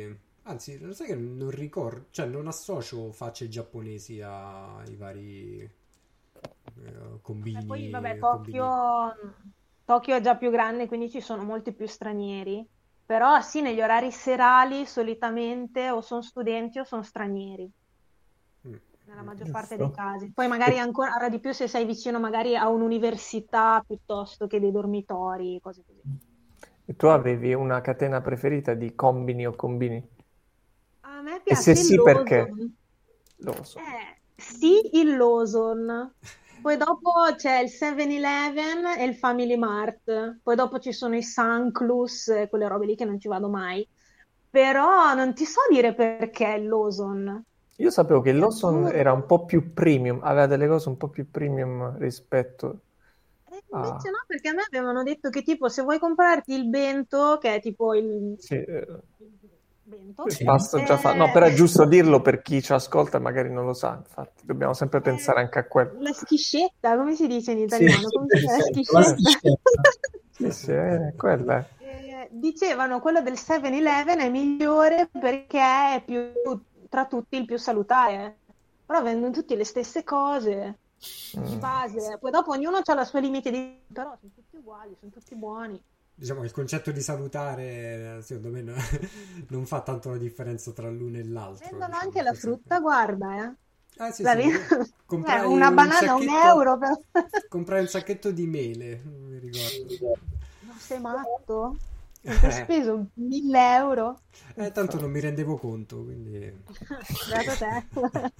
Anzi, lo sai che non ricordo, cioè non associo facce giapponesi ai vari eh, E poi, combini, vabbè, combini. Tokyo, Tokyo è già più grande, quindi ci sono molti più stranieri. Però sì, negli orari serali solitamente o sono studenti o sono stranieri, Mm, nella mm. maggior parte dei Giusto. casi. Poi magari E, ancora di più se sei vicino magari a un'università piuttosto che dei dormitori, cose così. e tu avevi una catena preferita di combini o combini? A me E se piace il sì, perché? Lawson. Lo so. Eh, sì, il Lawson. Poi dopo c'è il seven-Eleven e il Family Mart. Poi dopo ci sono i Sanclus e quelle robe lì che non ci vado mai. Però non ti so dire perché il Lawson. Io sapevo che il È Lawson era un azzurro. po' più premium, aveva delle cose un po' più premium rispetto E a... invece no, perché a me avevano detto che tipo se vuoi comprarti il bento, che è tipo il, Sì, eh, il bento, il Sì. pasto già fatto. No, eh, però è giusto dirlo per chi ci ascolta e magari non lo sa, infatti, dobbiamo sempre eh, pensare anche a quello. la schiscetta, come si dice in Sì, italiano? Come si chiama? La Perfetto, la eh, schiscetta. schiscetta. sì, sì, eh, quella è. Eh, dicevano quello del seven-Eleven è migliore perché è più, tra tutti il più salutare, però vendono tutte le stesse cose di Mm. base, poi dopo ognuno ha la sua limite di... però sono tutti uguali, sono tutti buoni. Diciamo che il concetto di salutare, secondo me, no- non fa tanto la differenza tra l'uno e l'altro, Vendono diciamo, anche la forse. frutta, guarda, eh. Ah, sì, La sì, ven- io eh, comprai una un banana a un sacchetto, euro, però. comprai un sacchetto di mele, non mi ricordo. No, sei matto? Quanto hai Eh, speso? mille euro? eh, tanto non mi rendevo conto, quindi... Beato te.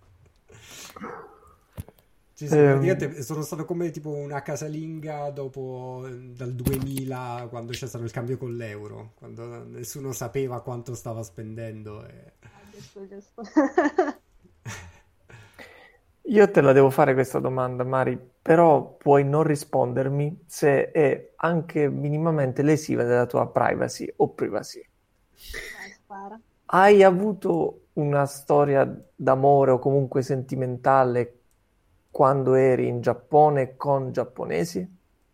Sì, sì, Ehm, praticamente sono stato come tipo una casalinga dopo, eh, dal duemila, quando c'è stato il cambio con l'euro, quando nessuno sapeva quanto stava spendendo. E... Ah, giusto, giusto. io te la devo fare questa domanda, Mari, però puoi non rispondermi se è anche minimamente lesiva della tua privacy o privacy. Vai, spara. Hai avuto una storia d'amore o comunque sentimentale quando eri in Giappone con giapponesi?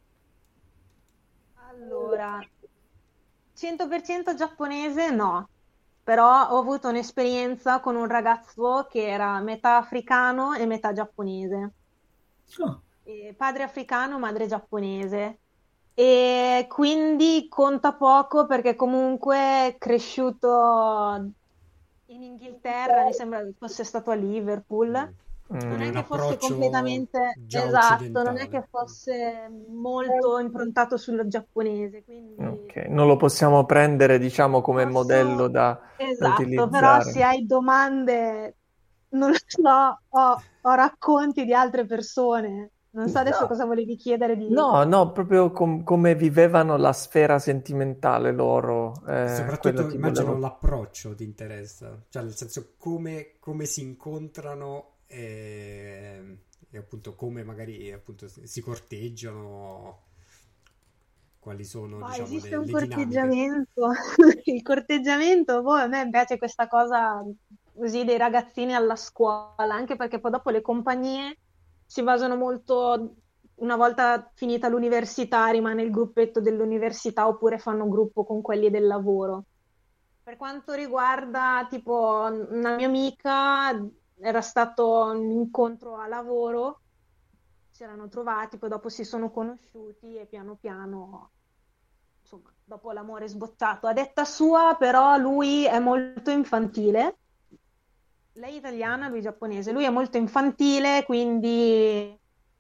Allora, cento per cento giapponese no, però ho avuto un'esperienza con un ragazzo che era metà africano e metà giapponese. Oh, E padre africano, madre giapponese. E quindi conta poco perché comunque è cresciuto in Inghilterra, mi sembra che fosse stato a Liverpool. Mm. Non Quindi Mm, è un che fosse approccio completamente già esatto, non è occidentale. che fosse molto improntato sul giapponese, quindi ok, non lo possiamo prendere, diciamo, come modello posso... da, da Esatto, però se utilizzare. hai domande, non lo so, ho, ho racconti di altre persone. Non so adesso No, cosa volevi chiedere di... no, no, proprio com- come vivevano la sfera sentimentale loro, E eh, quello soprattutto ti immagino volevo... l'approccio ti interessa, cioè nel senso come, come si incontrano e, e appunto come magari appunto si corteggiano, quali sono Ma diciamo esiste le, un le dinamiche. corteggiamento? Il corteggiamento, boh, a me piace questa cosa così dei ragazzini alla scuola, anche perché poi dopo le compagnie si basano molto, una volta finita l'università, rimane il gruppetto dell'università oppure fanno gruppo con quelli del lavoro. Per quanto riguarda, tipo, una mia amica, era stato un incontro a lavoro, si erano trovati, poi dopo si sono conosciuti e piano piano, insomma, dopo l'amore è sbocciato. A detta sua, però, lui è molto infantile. Lei è italiana, lui è giapponese. Lui è molto infantile, quindi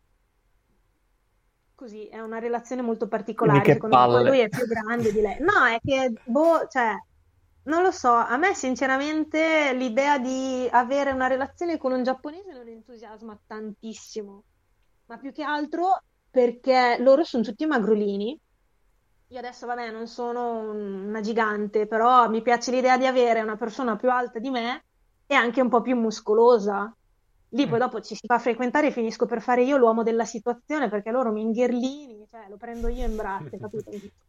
così è una relazione molto Quindi particolare, che secondo me. Poi lui palle. è più grande di lei. No, è che, boh, cioè, non lo so. A me, sinceramente, l'idea di avere una relazione con un giapponese non entusiasma tantissimo. Ma più che altro perché loro sono tutti magrolini. Io adesso, vabbè, non sono un- una gigante, però mi piace l'idea di avere una persona più alta di me e anche un po' più muscolosa. Lì poi Mm. dopo ci si fa frequentare e finisco per fare io l'uomo della situazione perché loro mi inghierlini, cioè lo prendo io in braccio, capito?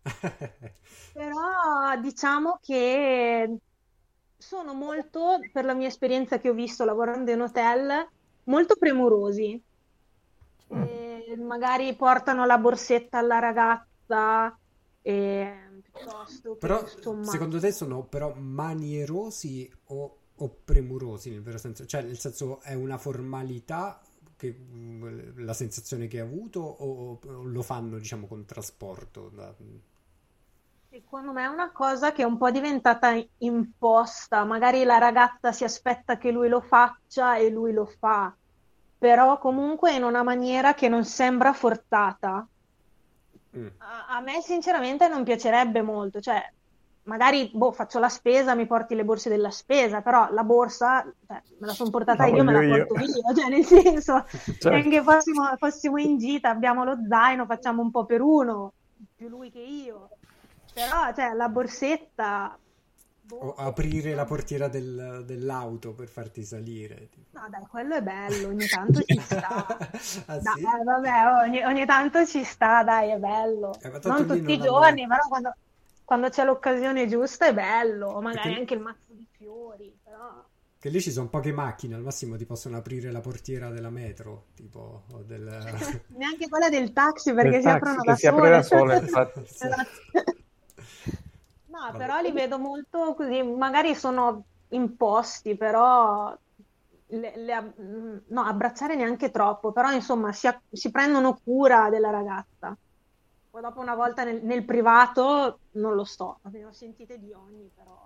Però diciamo che sono molto, per la mia esperienza che ho visto lavorando in hotel, molto premurosi. Mm. E magari portano la borsetta alla ragazza, e piuttosto che, Però insomma... secondo te sono però manierosi o, o premurosi nel vero senso? Cioè nel senso è una formalità che, mh, la sensazione che hai avuto o, o lo fanno diciamo con trasporto? Da... Secondo me è una cosa che è un po' diventata imposta, magari la ragazza si aspetta che lui lo faccia e lui lo fa, però comunque in una maniera che non sembra forzata. Mm. A, a me sinceramente non piacerebbe molto, cioè magari boh, faccio la spesa, mi porti le borse della spesa, però la borsa cioè, me la sono portata La io, me voglio la io. porto io, cioè nel senso, Certo. anche fossimo, fossimo in gita, abbiamo lo zaino, facciamo un po' per uno, più lui che io. Però, cioè, la borsetta... boh, O aprire la no, portiera del- dell'auto per farti salire. Tipo. no, dai, quello è bello, ogni tanto ci sta. Ah Dai, sì? eh, vabbè, ogni, ogni tanto ci sta, dai, è bello. Eh, ma tanto Non lì tutti i non hanno... giorni, però quando, quando c'è l'occasione giusta è bello, o Perché magari lì- anche il mazzo di fiori, però... che lì ci sono poche macchine, al massimo ti possono aprire la portiera della metro, tipo, o del... Neanche quella del taxi perché Del si taxi aprono che da si apre da sole. sola, infatti. Sì. Esatto. No, Vabbè. però li vedo molto così, magari sono imposti, però le- le ab- mm, no, abbracciare neanche troppo, però insomma si, a- si prendono cura della ragazza. Poi dopo una volta nel, nel privato non lo so, ne ho sentite di ogni, però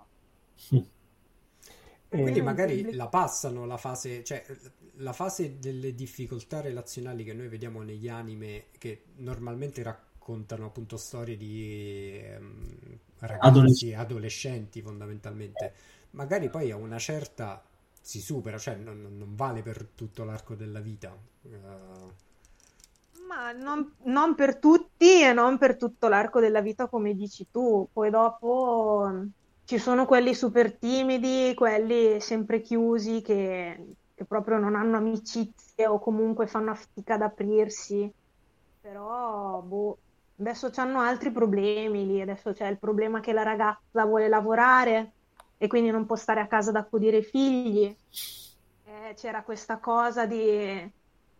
Quindi E- almeno in magari pubblico. la passano la fase, cioè la fase delle difficoltà relazionali che noi vediamo negli anime, che normalmente raccontano appunto storie di ehm, ragazzi, Adolescenti. adolescenti fondamentalmente, magari poi a una certa si supera, cioè non, non- non vale per tutto l'arco della vita. Eh, Ma non, non per tutti e non per tutto l'arco della vita, come dici tu. Poi dopo mh, ci sono quelli super timidi, quelli sempre chiusi che, che proprio non hanno amicizie o comunque fanno fatica ad aprirsi. Però, boh, adesso c'hanno altri problemi lì. Adesso c'è il problema che la ragazza vuole lavorare e quindi non può stare a casa ad accudire i figli. Eh, c'era questa cosa di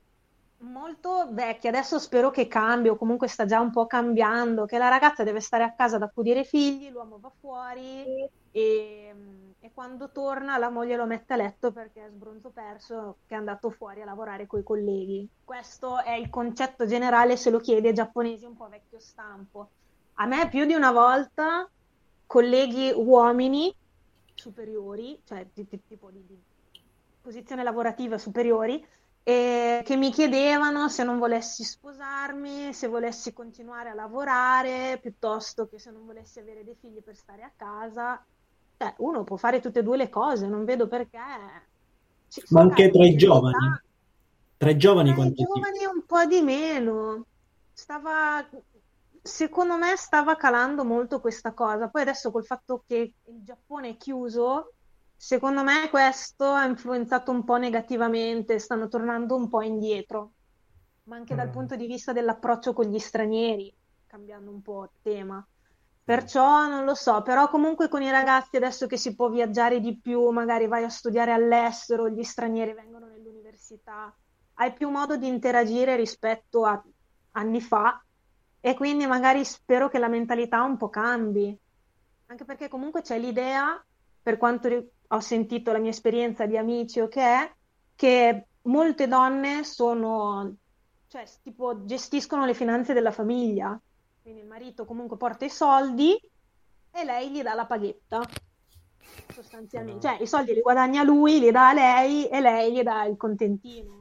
molto vecchia, adesso spero che cambi o comunque sta già un po' cambiando, che la ragazza deve stare a casa ad accudire i figli, l'uomo va fuori e, e quando torna la moglie lo mette a letto perché è sbronzo perso che è andato fuori a lavorare coi colleghi. Questo è il concetto generale, se lo chiede ai giapponesi un po' vecchio stampo. A me più di una volta colleghi uomini superiori, cioè di- di- tipo di, di posizione lavorativa superiori, e che mi chiedevano se non volessi sposarmi, se volessi continuare a lavorare, piuttosto che se non volessi avere dei figli per stare a casa. Cioè, uno può fare tutte e due le cose, non vedo perché. Ci- Ma sì, anche dai, tra i in giovani? realtà, Tra i giovani tra i quanto si... giovani un po' di meno. Stava, secondo me stava calando molto questa cosa. Poi adesso col fatto che il Giappone è chiuso, secondo me questo ha influenzato un po' negativamente, stanno tornando un po' indietro, ma anche dal Mm. punto di vista dell'approccio con gli stranieri, cambiando un po' il tema. Mm. Perciò non lo so, però comunque con i ragazzi adesso che si può viaggiare di più, magari vai a studiare all'estero, gli stranieri vengono nell'università, hai più modo di interagire rispetto a anni fa e quindi magari spero che la mentalità un po' cambi, anche perché comunque c'è l'idea, per quanto ri- ho sentito la mia esperienza di amici o che è, che molte donne sono, cioè, tipo, gestiscono le finanze della famiglia. Quindi il marito comunque porta i soldi e lei gli dà la paghetta, sostanzialmente. Sono- Cioè, i soldi li guadagna lui, li dà a lei e lei gli dà il contentino.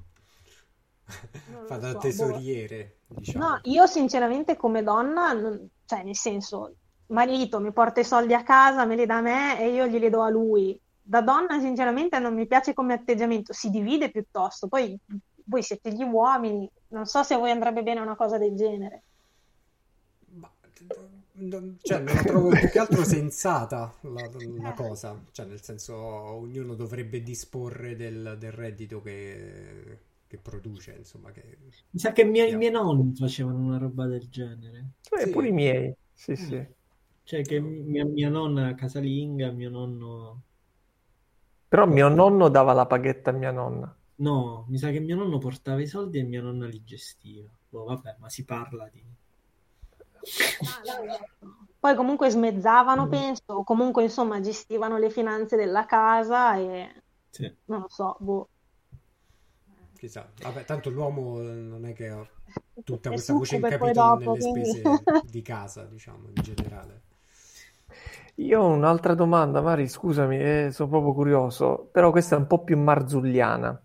Non Fa lo da so, boh. tesoriere, No, diciamo. io sinceramente come donna, non- cioè nel senso, marito mi porta i soldi a casa, me li dà a me e io glieli do a lui. Da donna sinceramente non mi piace come atteggiamento, si divide piuttosto. Poi voi siete gli uomini, non so se a voi andrebbe bene una cosa del genere. Ma, non- cioè, non la trovo più che altro sensata la, la Eh. cosa, cioè nel senso ognuno dovrebbe disporre del, del reddito che, che produce, insomma, che... Mi sa che mia- i Yeah. miei nonni facevano una roba del genere. Eh, Sì. pure i miei, sì, sì. Cioè che mia, mia nonna casalinga, mio nonno... Però mio nonno dava la paghetta a mia nonna. No, mi sa che mio nonno portava i soldi e mia nonna li gestiva. Boh, vabbè, ma si parla di... No, no, esatto. Poi comunque smezzavano, Mm, penso, o comunque insomma gestivano le finanze della casa e sì. non lo so, boh. Chissà, vabbè, tanto l'uomo non è che ha tutta È questa voce in succube poi capitolo dopo, nelle quindi... spese di casa, diciamo, in generale. Io ho un'altra domanda, Mari, scusami, eh, sono proprio curioso, però questa è un po' più marzulliana.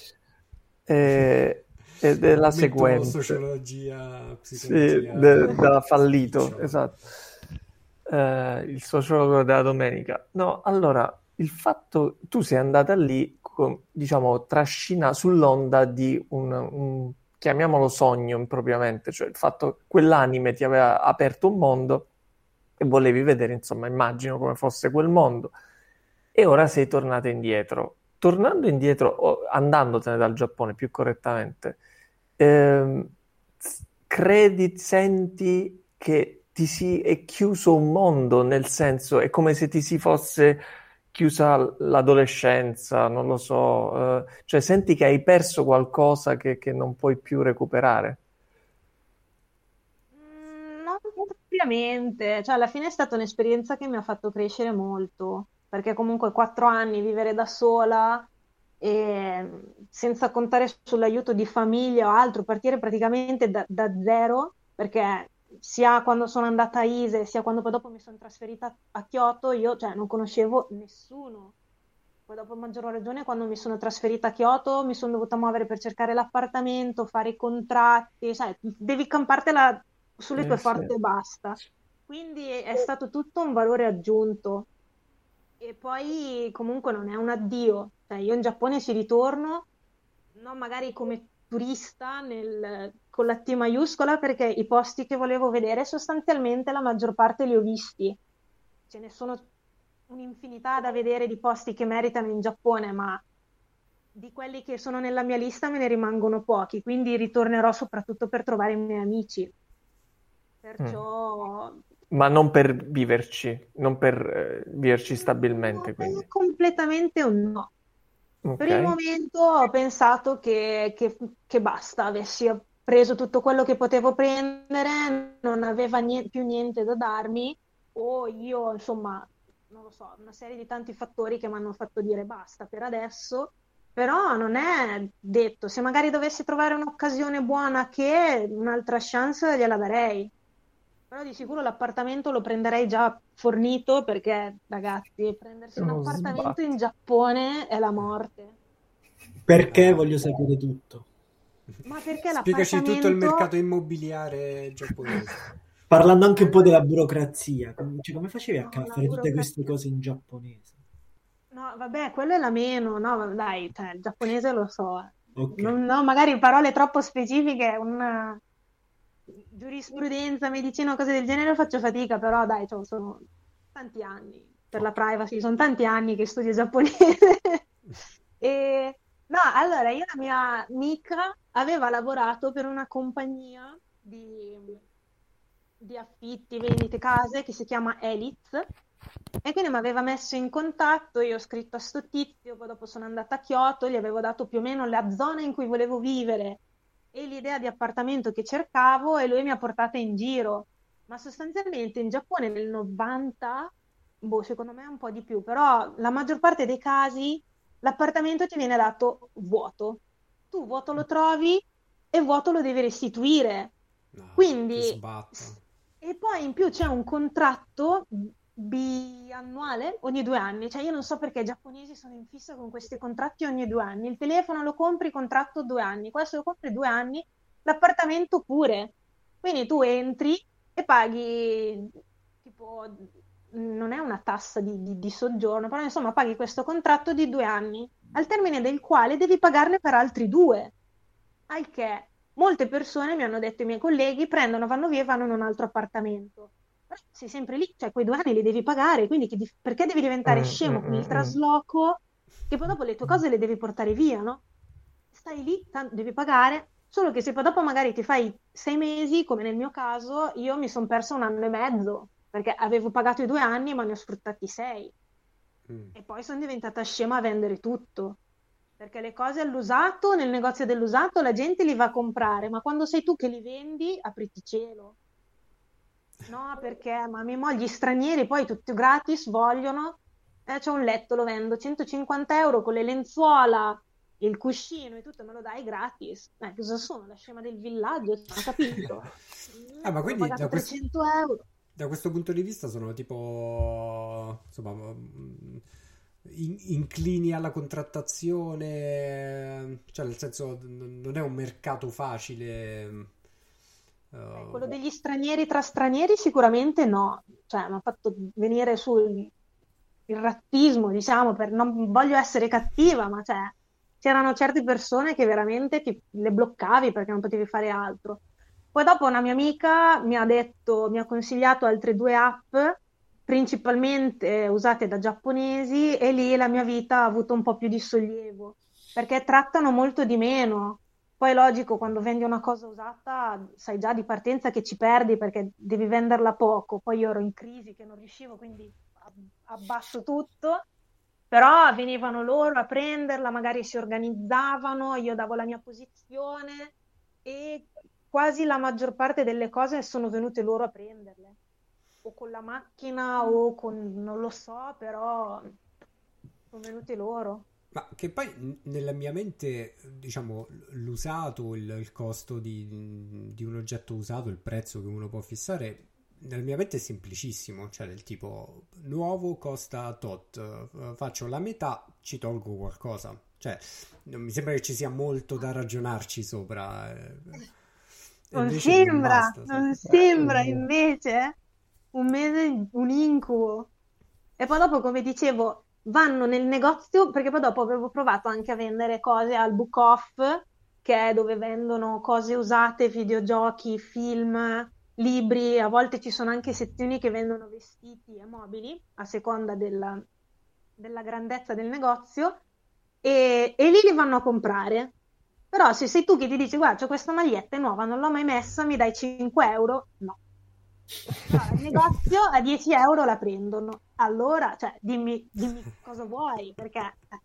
Eh, ed è la Momento seguente. sociologia, Sì, psicologia, de- da fallito, spiccio. esatto. Eh, il sociologo della domenica. No, allora, il fatto, tu sei andata lì, con, diciamo, trascina sull'onda di un, un, chiamiamolo sogno impropriamente, cioè il fatto che quell'anime ti aveva aperto un mondo e volevi vedere, insomma, immagino come fosse quel mondo. E ora sei tornata indietro. Tornando indietro, o andandotene dal Giappone più correttamente, ehm, s- credi, senti che ti si è chiuso un mondo, nel senso è come se ti si fosse chiusa l'adolescenza, non lo so, eh, cioè senti che hai perso qualcosa che, che non puoi più recuperare. Mm, non propriamente, cioè alla fine è stata un'esperienza che mi ha fatto crescere molto, perché comunque quattro anni vivere da sola e senza contare sull'aiuto di famiglia o altro, partire praticamente da, da zero, perché sia quando sono andata a Ise, sia quando poi dopo mi sono trasferita a Kyoto, io cioè, non conoscevo nessuno. Poi dopo a maggior ragione quando mi sono trasferita a Kyoto mi sono dovuta muovere per cercare l'appartamento, fare i contratti, sai, devi campartela sulle Eh, tue sì. forze e basta. Quindi è stato tutto un valore aggiunto. E poi comunque non è un addio, cioè io in Giappone ci ritorno, non magari come turista nel- con la T maiuscola, perché i posti che volevo vedere sostanzialmente la maggior parte li ho visti. Ce ne sono un'infinità da vedere di posti che meritano in Giappone, ma di quelli che sono nella mia lista me ne rimangono pochi, quindi ritornerò soprattutto per trovare i miei amici. Mm. Perciò Ma non per viverci, non per eh, viverci no, stabilmente, è quindi. completamente un no. Per Ok. il momento ho pensato che, che- che basta, avessi preso tutto quello che potevo prendere, non aveva nie- più niente da darmi, o io, insomma, non lo so, una serie di tanti fattori che mi hanno fatto dire basta per adesso, però non è detto, se magari dovessi trovare un'occasione buona che un'altra chance gliela darei. Però di sicuro l'appartamento lo prenderei già fornito perché, ragazzi, È prendersi un uno appartamento in sbatti. Giappone è la morte. Perché Ah. voglio sapere tutto. Ma perché Spiegaci tutto il l'appartamento... mercato immobiliare giapponese. Parlando anche un po' Allora, della burocrazia, com- cioè, come facevi a no, ca- la fare tutte queste burocrazia... cose in giapponese? No, vabbè, quello è la meno, no, va- dai, cioè, il giapponese lo so. eh. Ok. Non, no, magari parole troppo specifiche, una giurisprudenza, medicina o cose del genere faccio fatica, però dai, cioè, sono tanti anni per la Ok. privacy, sono tanti anni che studio giapponese. E, no, allora, io la mia amica aveva lavorato per una compagnia di, di affitti, vendite case che si chiama Elitz e quindi mi aveva messo in contatto, io ho scritto a sto tizio, poi dopo sono andata a Kyoto, gli avevo dato più o meno la zona in cui volevo vivere e l'idea di appartamento che cercavo e lui mi ha portata in giro. Ma sostanzialmente in Giappone nel novanta, boh, secondo me un po' di più, però la maggior parte dei casi l'appartamento ti viene dato vuoto. Tu vuoto lo trovi e vuoto lo devi restituire. No, che Quindi, sbatta. s- e poi in più c'è un contratto biannuale ogni due anni. Cioè io non so perché i giapponesi sono in fissa con questi contratti ogni due anni. Il telefono lo compri, contratto due anni. Questo lo compri due anni, l'appartamento pure. Quindi tu entri e paghi tipo, non è una tassa di, di- di soggiorno, però insomma paghi questo contratto di due anni, al termine del quale devi pagarne per altri due. Al che molte persone mi hanno detto, i miei colleghi, prendono, vanno via e vanno in un altro appartamento. Però sei sempre lì, cioè quei due anni li devi pagare, quindi che dif- perché devi diventare Mm, mm, scemo con il mm, mm. trasloco, che poi dopo le tue cose le devi portare via, no? Stai lì, tan- devi pagare, solo che se poi dopo magari ti fai sei mesi, come nel mio caso, io mi sono persa un anno e mezzo, perché avevo pagato i due anni ma ne ho sfruttati sei. Mm. E poi sono diventata scema a vendere tutto. Perché le cose all'usato, nel negozio dell'usato, la gente li va a comprare, ma quando sei tu che li vendi, apriti cielo. No, perché ma mi mo gli stranieri poi tutti gratis vogliono. Eh, c'è un letto, lo vendo centocinquanta euro con le lenzuola, il cuscino e tutto, me lo dai gratis. Eh, cosa sono? La scema del villaggio? Non ho capito. Il Ah, ma letto l'ho quindi pagato da questo, trecento euro. da questo punto di vista sono tipo, insomma, mm, in- inclini alla contrattazione, cioè nel senso n- non è un mercato facile. Eh, eh, quello degli stranieri tra stranieri sicuramente no, cioè mi ha fatto venire sul il razzismo, diciamo, per, non voglio essere cattiva, ma cioè, c'erano certe persone che veramente ti, le bloccavi perché non potevi fare altro. Poi dopo una mia amica mi ha detto, mi ha consigliato altre due app, principalmente usate da giapponesi, e lì la mia vita ha avuto un po' più di sollievo, perché trattano molto di meno. Poi logico, quando vendi una cosa usata, sai già di partenza che ci perdi perché devi venderla poco. Poi io ero in crisi che non riuscivo, quindi ab- abbasso tutto. Però venivano loro a prenderla, magari si organizzavano, io davo la mia posizione e quasi la maggior parte delle cose sono venute loro a prenderle. O con la macchina o con, non lo so, però sono venute loro. Ma che poi n- nella mia mente, diciamo, l'usato, il, il costo di, di un oggetto usato, il prezzo che uno può fissare, nella mia mente è semplicissimo, cioè del tipo nuovo costa tot, eh, faccio la metà, ci tolgo qualcosa. Cioè, non mi sembra che ci sia molto da ragionarci sopra. eh. E Non invece non sembra, basta, sì. non sembra Eh, invece un mese, un incubo. E poi dopo, come dicevo, vanno nel negozio, perché poi dopo avevo provato anche a vendere cose al Book Off, che è dove vendono cose usate, videogiochi, film, libri, a volte ci sono anche sezioni che vendono vestiti e mobili, a seconda della, della grandezza del negozio, e, e lì li vanno a comprare. Però se sei tu che ti dici, guarda, c'ho questa maglietta è nuova, non l'ho mai messa, mi dai cinque euro? No. Però al negozio a dieci euro la prendono. Allora, cioè, dimmi, dimmi cosa vuoi, perché... eh,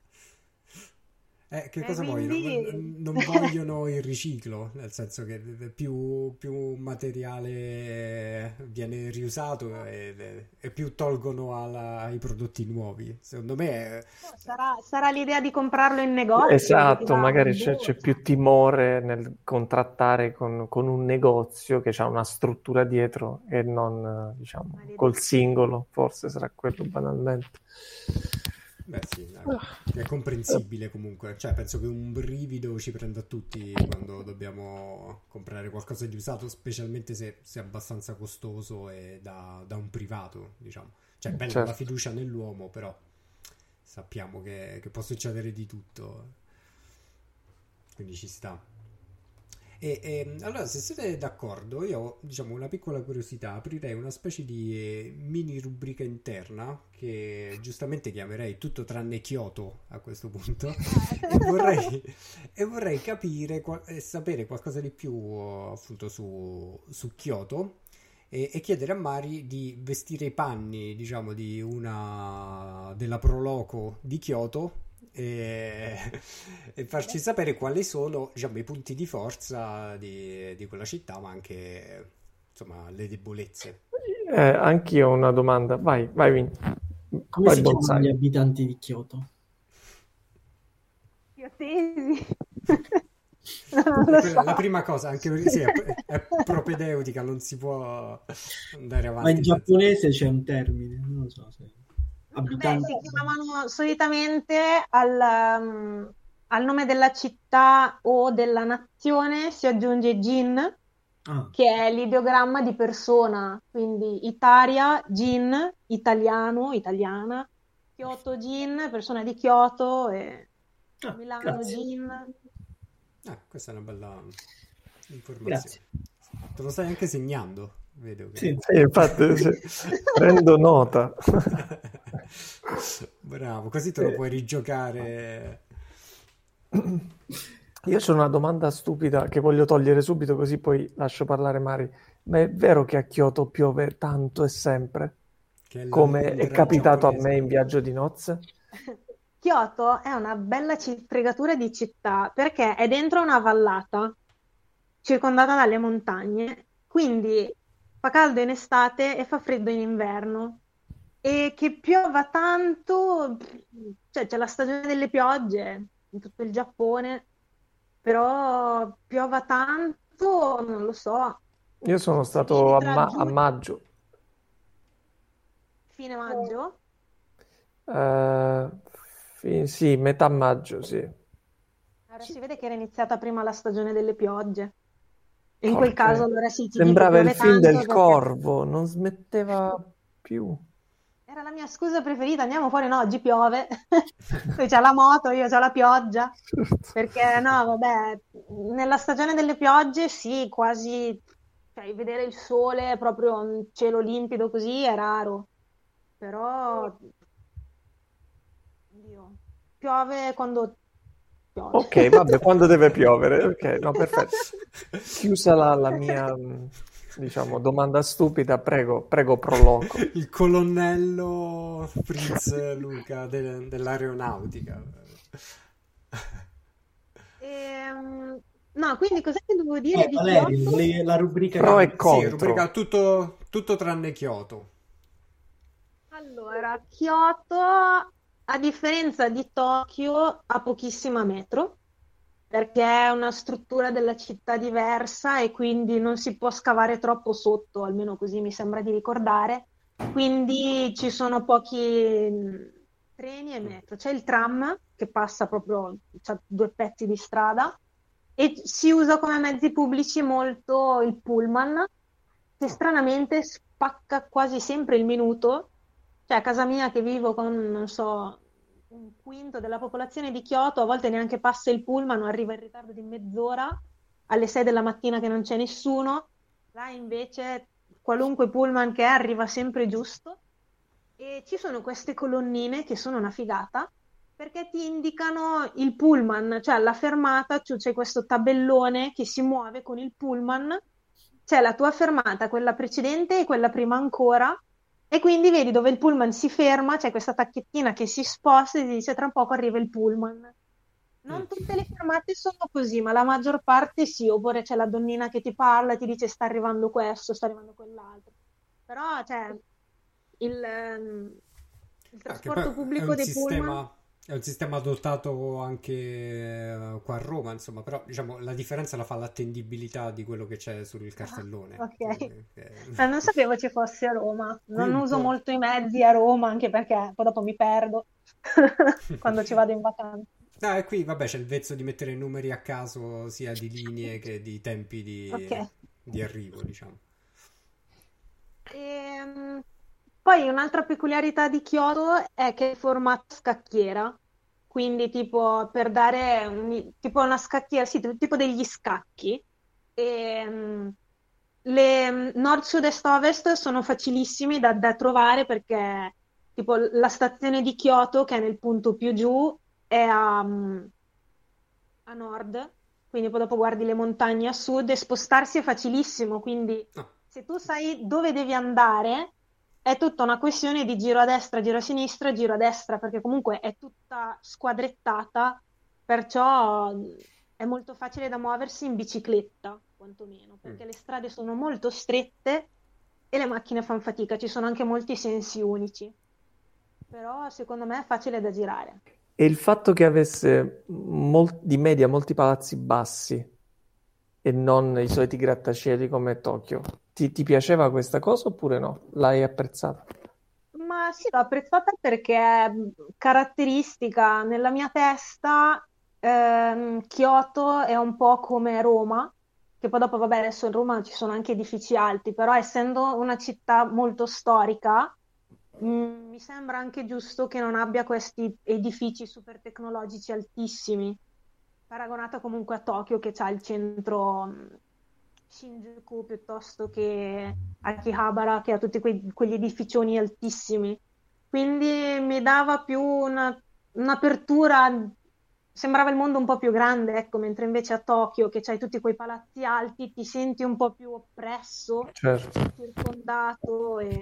Eh, che e cosa vogliono? quindi... Non vogliono il riciclo, nel senso che più, più materiale viene riusato e, e più tolgono alla- ai prodotti nuovi. Secondo me, è- no, sarà, sarà l'idea di comprarlo in negozio che ti Esatto, dà magari c'è, boh, c'è cioè, più timore nel contrattare con, con un negozio che ha una struttura dietro e non, eh, diciamo, col maledizione. singolo, forse sarà quello banalmente. beh, sì, dai, è comprensibile comunque. Cioè, penso che un brivido ci prenda a tutti quando dobbiamo comprare qualcosa di usato, specialmente se, se è abbastanza costoso e da, da un privato, diciamo. Cioè, bella la Certo. fiducia nell'uomo, però sappiamo che, che può succedere di tutto, quindi ci sta. E, e, allora, se siete d'accordo, io ho, diciamo, una piccola curiosità, aprirei una specie di eh, mini rubrica interna che giustamente chiamerei tutto tranne Kyoto a questo punto e vorrei, e vorrei capire qua- e sapere qualcosa di più eh, appunto su, su Kyoto e, e chiedere a Mari di vestire i panni, diciamo, di una della Proloco di Kyoto e, e farci sapere quali sono, diciamo, i punti di forza di, di quella città, ma anche, insomma, le debolezze. Eh, anch'io ho una domanda. Vai, vai, Vin. Come Vai, si chiamano bonsai. gli abitanti di Kyoto? Io tesi. Non lo Quella è la so. prima cosa, anche perché sì, è, è propedeutica, non si può andare Ma in avanti senza. giapponese c'è un termine, non lo so se... Beh, Abitanti... si chiamano solitamente al, um, al nome della città o della nazione si aggiunge Jin, Ah, che è l'ideogramma di persona, quindi Italia, Jin, italiano, italiana, Kyoto Jin, persona di Kyoto, e ah, Milano grazie, Jin. Ah, questa è una bella informazione. grazie. Te lo stai anche segnando, vedo che. Sì. Sì, infatti, sì, prendo nota. Bravo, così te lo puoi rigiocare. Io ho una domanda stupida che voglio togliere subito, così poi lascio parlare Mari. Ma è vero che a Kyoto piove tanto e sempre, Che è la come è Londra capitato a giapponese. me in viaggio di nozze? Kyoto è una bella ci- fregatura di città perché è dentro una vallata circondata dalle montagne, quindi fa caldo in estate e fa freddo in inverno. E che piova tanto, cioè c'è la stagione delle piogge in tutto il Giappone, però piova tanto, non lo so, Io sono si viene stato a, tra ma- a giugno maggio. e fine maggio. Eh, fi- sì, metà maggio, sì. Allora si vede che era iniziata prima la stagione delle piogge. E in quel Porca, caso allora sì, ti dico sembrava il piove film tanto del perché corvo, non smetteva più. era la mia scusa preferita, andiamo fuori, no, oggi piove. Lui c'ha la moto, io c'ho la pioggia. Perché no, vabbè, nella stagione delle piogge sì, quasi, cioè, vedere il sole, proprio un cielo limpido così è raro. Però, Dio, piove quando piove. Ok, vabbè, quando deve piovere? Ok, no, perfetto. Chiusa la, la mia, mh, diciamo, domanda stupida, prego, prego, proloco. Il colonnello Fritz Luca de- dell'aeronautica. Ehm, no, quindi cos'è che dovevo dire Eh, di Valerio, Kyoto? volevi la rubrica Pro che... e Sì, rubrica contro. tutto, tutto tranne Kyoto. Allora, Kyoto, a differenza di Tokyo, ha pochissima metro, perché è una struttura della città diversa e quindi non si può scavare troppo sotto, almeno così mi sembra di ricordare. Quindi ci sono pochi mh, treni e metro. C'è il tram che passa proprio, c'ha due pezzi di strada e si usa come mezzi pubblici molto il pullman, che stranamente spacca quasi sempre il minuto. Cioè, a casa mia che vivo con, non so, un quinto della popolazione di Kyoto, a volte neanche passa il pullman o arriva in ritardo di mezz'ora, alle sei della mattina che non c'è nessuno. Là invece qualunque pullman che è arriva sempre giusto. E ci sono queste colonnine che sono una figata perché ti indicano il pullman, cioè alla fermata tu c'è questo tabellone che si muove con il pullman, c'è la tua fermata, quella precedente e quella prima ancora, e quindi vedi dove il pullman si ferma, c'è questa tacchettina che si sposta e ti dice tra poco arriva il pullman. Mm. Non tutte le fermate sono così, ma la maggior parte sì, oppure c'è la donnina che ti parla e ti dice sta arrivando questo, sta arrivando quell'altro. Però, cioè, il, ehm, il Ah, che poi trasporto è pubblico un dei pullman. sistema, è un sistema adottato anche eh, qua a Roma, insomma, però diciamo la differenza la fa l'attendibilità di quello che c'è sul Ah, cartellone. ok. che- che- Eh, non sapevo ci fosse a Roma. Qui Non un uso po'. molto i mezzi a Roma, anche perché poi dopo mi perdo quando ci vado in vacanza. Ah, e qui vabbè c'è il vezzo di mettere numeri a caso sia di linee che di tempi Ok. di, di arrivo, diciamo. Ehm, Poi un'altra peculiarità di Kyoto è che è formato a scacchiera, quindi tipo per dare un- tipo una scacchiera, sì, tipo degli scacchi. Ehm, le mm, nord, sud, est, ovest sono facilissimi da, da trovare perché tipo la stazione di Kyoto, che è nel punto più giù, è a, mm, a nord, quindi poi dopo guardi le montagne a sud e spostarsi è facilissimo, quindi Ah, se tu sai dove devi andare, è tutta una questione di giro a destra, giro a sinistra, giro a destra, perché comunque è tutta squadrettata, perciò mh, è molto facile da muoversi in bicicletta, quantomeno, mm. perché le strade sono molto strette e le macchine fanno fatica, ci sono anche molti sensi unici, però secondo me è facile da girare. E il fatto che avesse mol- di media molti palazzi bassi e non i soliti grattacieli come Tokyo, ti, ti piaceva questa cosa oppure no? L'hai apprezzata? Ma sì, l'ho apprezzata perché è caratteristica nella mia testa. ehm, Kyoto è un po' come Roma, che poi dopo, vabbè, adesso in Roma ci sono anche edifici alti, però essendo una città molto storica, mh, mi sembra anche giusto che non abbia questi edifici super tecnologici altissimi, paragonata comunque a Tokyo che ha il centro mh, Shinjuku piuttosto che Akihabara che ha tutti quei- quegli edificioni altissimi. Quindi mi dava più una- un'apertura, sembrava il mondo un po' più grande, ecco, mentre invece a Tokyo, che c'hai tutti quei palazzi alti, ti senti un po' più oppresso, Certo. circondato e...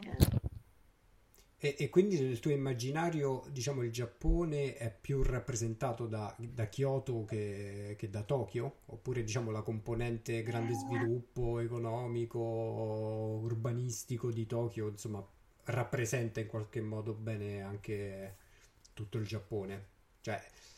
E, e quindi nel tuo immaginario, diciamo, il Giappone è più rappresentato da, da Kyoto che, che da Tokyo? Oppure, diciamo, la componente grande sviluppo economico, urbanistico di Tokyo, insomma, rappresenta in qualche modo bene anche tutto il Giappone. Cioè,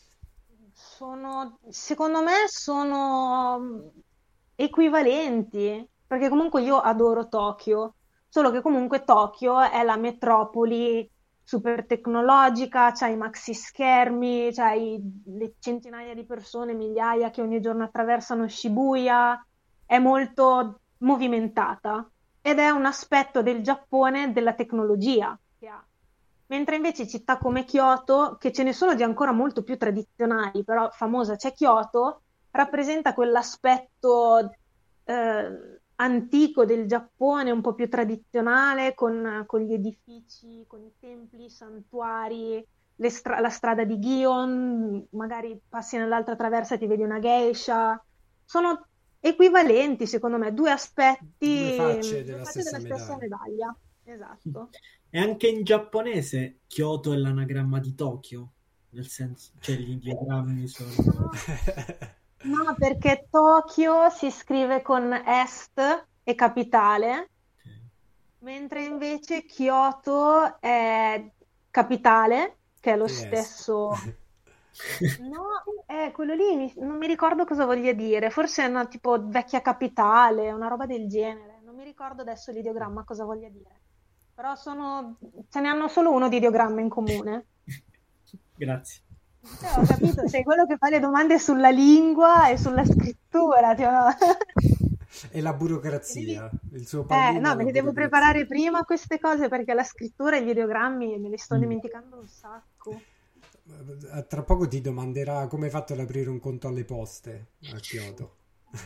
Sono, secondo me sono mm, equivalenti, perché comunque io adoro Tokyo, solo che comunque Tokyo è la metropoli super tecnologica, c'hai i maxi schermi, c'hai le centinaia di persone, migliaia che ogni giorno attraversano Shibuya, è molto movimentata ed è un aspetto del Giappone della tecnologia che ha. Mentre invece città come Kyoto, che ce ne sono di ancora molto più tradizionali, però famosa c'è Kyoto, rappresenta quell'aspetto eh, antico del Giappone, un po' più tradizionale, con, con gli edifici, con i templi, i santuari, le stra- la strada di Gion, magari passi nell'altra traversa e ti vedi una geisha. Sono equivalenti, secondo me, due due aspetti, facce due della facce stessa della stessa medaglia. medaglia. Esatto. E anche in giapponese Kyoto è l'anagramma di Tokyo, nel senso, cioè gli ideogrammi sono... No, no, perché Tokyo si scrive con est e capitale, mentre invece Kyoto è capitale, che è lo E est. stesso. No, è quello lì, mi- non mi ricordo cosa voglia dire, forse è una tipo vecchia capitale, una roba del genere, non mi ricordo adesso l'ideogramma cosa voglia dire, però sono, ce ne hanno solo uno di ideogramma in comune. Grazie. Eh, ho capito, sei quello che fa le domande sulla lingua e sulla scrittura, tipo, no? E la Devi- burocrazia, il suo Eh, pallino no, alla perché devo burocrazia. preparare prima queste cose perché la scrittura e gli ideogrammi me li sto Mm. dimenticando un sacco. Eh, Tra poco ti domanderà come hai fatto ad aprire un conto alle poste a Kyoto.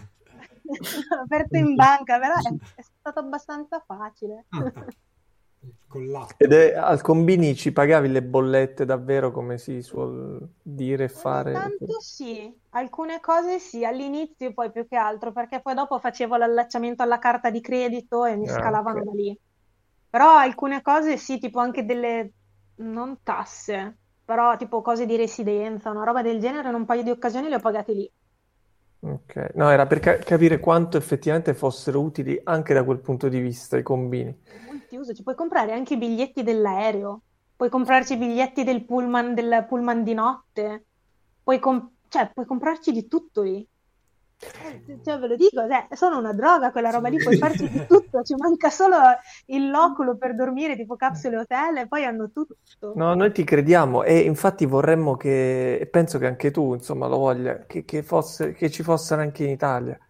L'ho aperto in banca, però è, è stato abbastanza facile. Ah, Con l'app. Ed è, al Combini ci pagavi le bollette davvero come si suol dire e Ogni fare? tanto sì, alcune cose sì, all'inizio poi più che altro, perché poi dopo facevo l'allacciamento alla carta di credito e mi Ah, scalavano ok. da lì. Però alcune cose sì, tipo anche delle, non tasse, però tipo cose di residenza, una roba del genere, in un paio di occasioni le ho pagate lì. Ok. No, era per ca- capire quanto effettivamente fossero utili anche da quel punto di vista i combini. Multiuso, ci puoi comprare anche i biglietti dell'aereo, puoi comprarci i biglietti del pullman, del pullman di notte, puoi, com- cioè, puoi comprarci di tutto lì. Eh, cioè, ve lo dico, cioè, sono una droga quella roba Sono lì, puoi dei... farci di tutto, ci manca solo il loculo per dormire, tipo capsule hotel, e poi hanno tutto. No, noi ti crediamo e infatti vorremmo che, e penso che anche tu, insomma, lo voglia, che, che fosse, che ci fossero anche in Italia.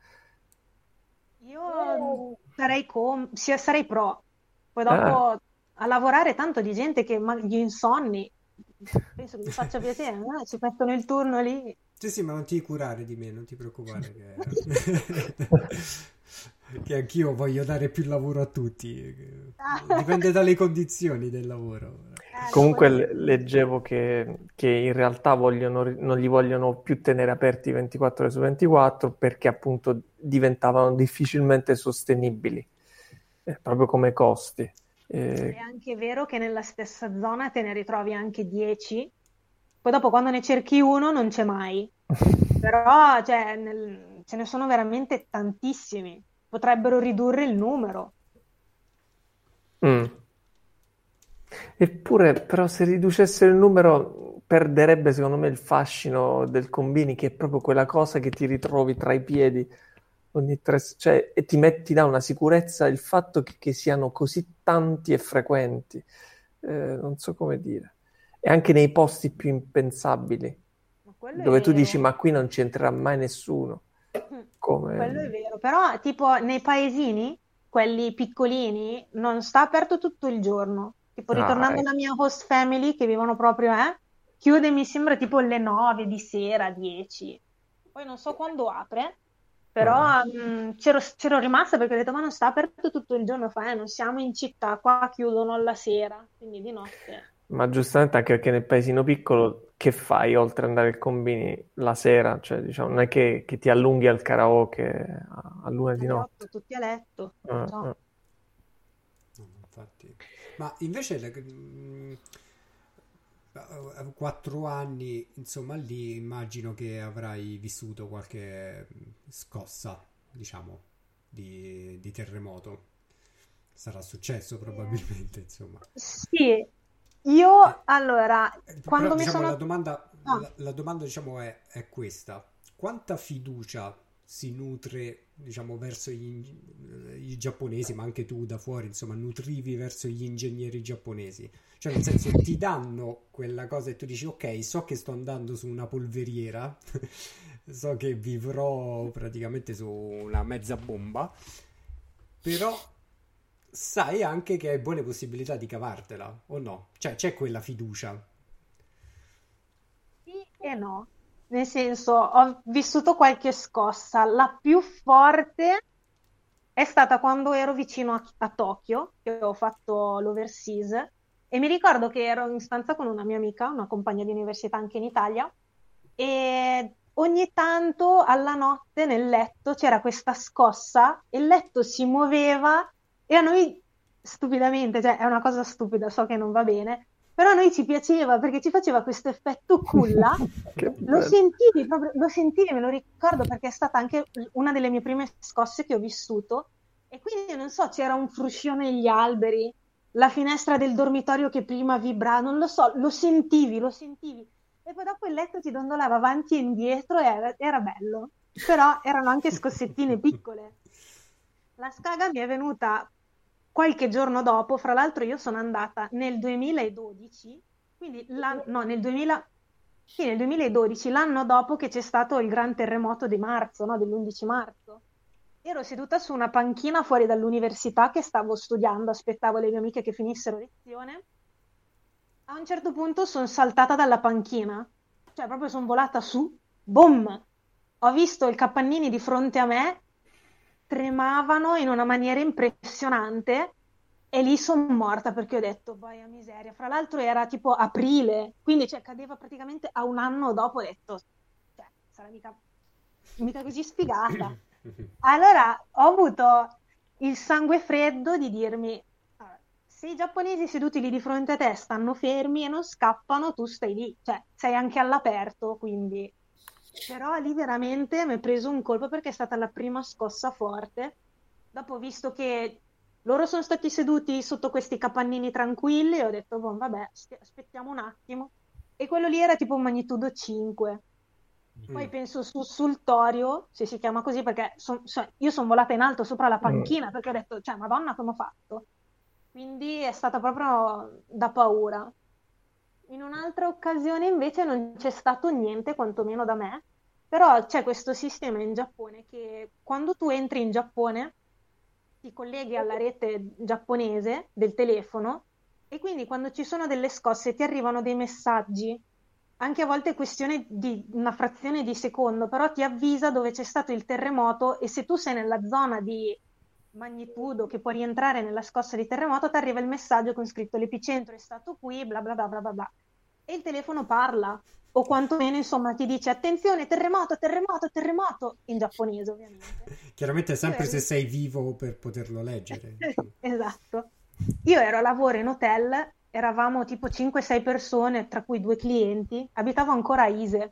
Io sarei, com- sia- sarei pro, poi Ah, dopo a lavorare tanto di gente che ma- gli insonni, penso che gli faccia piacere, no? Ci mettono il turno lì. Sì, sì, ma non ti curare di me, non ti preoccupare che... che anch'io voglio dare più lavoro a tutti. Dipende dalle condizioni del lavoro. Eh, dopo comunque lì. le- leggevo che, che in realtà vogliono, ri- non li vogliono più tenere aperti ventiquattro ore su ventiquattro perché appunto diventavano difficilmente sostenibili, eh, proprio come costi. È Eh, anche vero che nella stessa zona te ne ritrovi anche dieci, poi dopo quando ne cerchi uno non c'è mai, però cioè, nel- ce ne sono veramente tantissimi, potrebbero ridurre il numero. mm. Eppure, però, se riducesse il numero, perderebbe secondo me il fascino del Combini, che è proprio quella cosa che ti ritrovi tra i piedi ogni tre, cioè, e ti metti da una sicurezza il fatto che, che siano così tanti e frequenti. Eh, non so come dire. E anche nei posti più impensabili, Ma quello è dove tu dici, vero. ma qui non c'entrerà mai nessuno. Quello è Come... vero, però tipo nei paesini, quelli piccolini, non sta aperto tutto il giorno. Tipo Ah, ritornando alla ecco. mia host family, che vivono proprio, eh, chiude mi sembra tipo alle nove di sera, dieci. Poi non so quando apre, Mm. però mm, c'ero c'ero rimasta perché ho detto ma non sta aperto tutto il giorno, fa, eh, non siamo in città, qua chiudono alla sera, quindi di notte. Ma giustamente anche perché nel paesino piccolo che fai oltre ad andare al Combini la sera? Cioè, diciamo, non è che, che ti allunghi al karaoke a, a luna di Alle notte. otto tutti a letto, Eh, perciò. eh. No, infatti. Ma invece le- mm, eh, quattro anni, insomma, lì immagino che avrai vissuto qualche mm, scossa, diciamo, di, di terremoto. sarà successo probabilmente, insomma. Sì, io allora, Eh, quando Però mi diciamo la sono... domanda, Ah, la, la domanda diciamo è, è questa: quanta fiducia si nutre diciamo verso gli, i giapponesi, ma anche tu da fuori insomma nutrivi verso gli ingegneri giapponesi? Cioè nel senso ti danno quella cosa e tu dici ok, so che sto andando su una polveriera, so che vivrò praticamente su una mezza bomba, però sai anche che hai buone possibilità di cavartela, o no? Cioè c'è quella fiducia. sì e no. Nel senso, ho vissuto qualche scossa. La più forte è stata quando ero vicino a, a Tokyo, che ho fatto l'overseas, e mi ricordo che ero in stanza con una mia amica, una compagna di università anche in Italia, e ogni tanto alla notte nel letto c'era questa scossa, e il letto si muoveva e a noi, stupidamente, cioè è una cosa stupida, so che non va bene, però a noi ci piaceva perché ci faceva questo effetto culla. Che Lo bello. sentivi proprio, lo sentivi, me lo ricordo perché è stata anche una delle mie prime scosse che ho vissuto. E quindi non so, c'era un fruscio negli alberi, la finestra del dormitorio che prima vibrava, non lo so, lo sentivi, lo sentivi. E poi dopo il letto ti dondolava avanti e indietro e era, era bello. Però erano anche scossettine piccole. La scaga mi è venuta qualche giorno dopo, fra l'altro io sono andata nel duemiladodici, quindi l'an- no, nel duemila, sì, nel duemiladodici, l'anno dopo che c'è stato il gran terremoto di marzo, no, dell'undici marzo. Ero seduta su una panchina fuori dall'università che stavo studiando, aspettavo le mie amiche che finissero lezione. A un certo punto sono saltata dalla panchina, cioè proprio sono volata su, boom! Ho visto il Capannini di fronte a me, tremavano in una maniera impressionante e lì sono morta perché ho detto, boia miseria. Fra l'altro era tipo aprile, quindi cioè, cadeva praticamente a un anno dopo, ho detto, cioè, sarà mica, mica così sfigata. Allora ho avuto il sangue freddo di dirmi, "Ah, se i giapponesi seduti lì di fronte a te stanno fermi e non scappano, tu stai lì, cioè sei anche all'aperto, quindi... Però lì veramente mi è preso un colpo perché è stata la prima scossa forte. Dopo ho visto che loro sono stati seduti sotto questi capannini tranquilli e ho detto, boh, vabbè, aspe- aspettiamo un attimo. E quello lì era tipo un magnitudo cinque. Poi Mm. penso su, sul Torio, se si chiama così, perché son- so- io sono volata in alto sopra la Mm. panchina perché ho detto, cioè, Madonna, come ho fatto? Quindi è stata proprio da paura. In un'altra occasione invece non c'è stato niente, quantomeno da me, però c'è questo sistema in Giappone che quando tu entri in Giappone ti colleghi alla rete giapponese del telefono e quindi quando ci sono delle scosse ti arrivano dei messaggi, anche a volte è questione di una frazione di secondo, però ti avvisa dove c'è stato il terremoto e se tu sei nella zona di magnitudo che può rientrare nella scossa di terremoto, ti arriva il messaggio con scritto l'epicentro è stato qui, bla bla bla bla bla bla. E il telefono parla, o quantomeno insomma ti dice attenzione, terremoto, terremoto, terremoto, in giapponese ovviamente. Chiaramente Io sempre ero se in... sei vivo per poterlo leggere. Sì. Esatto. Io ero a lavoro in hotel, eravamo tipo cinque sei persone, tra cui due clienti, abitavo ancora a Ise.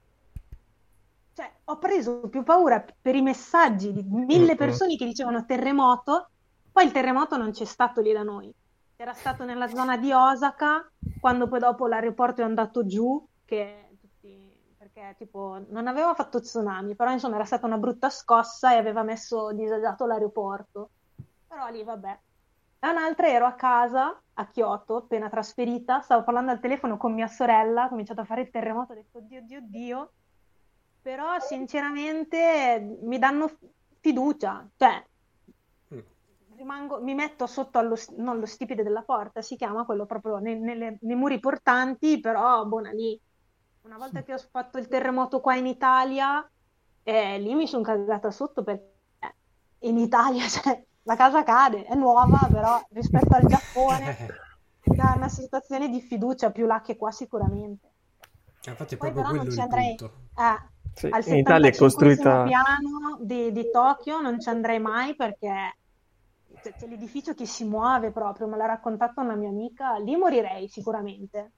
Cioè, ho preso più paura per i messaggi di mille Mm-mm. persone che dicevano terremoto, poi il terremoto non c'è stato lì da noi. Era stato nella zona di Osaka, quando poi dopo l'aeroporto è andato giù, che tutti, perché tipo non aveva fatto tsunami, però insomma era stata una brutta scossa e aveva messo disagiato l'aeroporto. Però lì vabbè. E un'altra ero a casa, a Kyoto, appena trasferita, stavo parlando al telefono con mia sorella, ho cominciato a fare il terremoto, ho detto Dio, Dio, Dio, però sinceramente mi danno fiducia, cioè Mm. rimango, mi metto sotto allo, non lo stipite della porta, si chiama quello proprio nei, nelle- nei muri portanti, però buona lì. Una volta che ho fatto il terremoto qua in Italia, eh, lì mi sono cagata sotto perché in Italia, cioè, la casa cade, è nuova, però rispetto al Giappone ti dà una situazione di fiducia più là che qua sicuramente. Infatti è Poi proprio però non quello ci il andrei punto. eh, Sì, al in Italia è settantacinquesimo costruita... piano di, di Tokyo, non ci andrei mai perché c'è, c'è l'edificio che si muove proprio, me l'ha raccontato una mia amica, lì morirei sicuramente.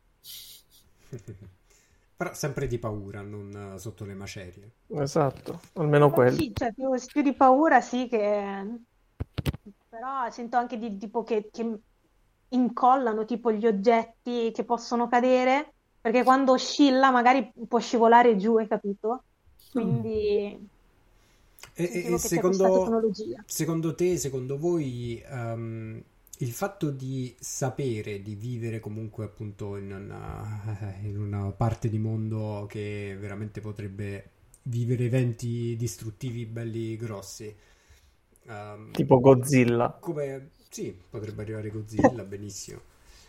Però sempre di paura, non eh, sotto le macerie. Esatto, almeno quello. Sì, cioè più, più di paura sì che... però sento anche di tipo che, che incollano tipo gli oggetti che possono cadere, perché quando oscilla magari può scivolare giù, hai capito? Quindi E, e- e sentivo che c'è questa secondo, tecnologia. secondo te, secondo voi, ehm, il fatto di sapere di vivere comunque appunto in una, in una parte di mondo che veramente potrebbe vivere eventi distruttivi belli grossi, ehm, Tipo Godzilla. come sì, potrebbe arrivare Godzilla, benissimo.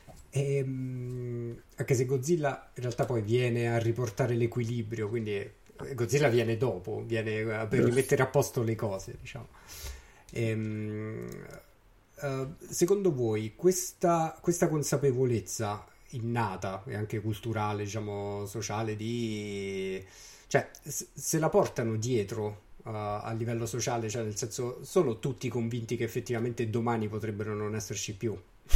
Ehm, anche se Godzilla in realtà poi viene a riportare l'equilibrio, quindi eh, Godzilla viene dopo, viene eh, per Giusto. rimettere a posto le cose, diciamo. Ehm, eh, secondo voi questa, questa consapevolezza innata e anche culturale, diciamo, sociale di... cioè, s- se la portano dietro uh, a livello sociale, cioè nel senso, sono tutti convinti che effettivamente domani potrebbero non esserci più?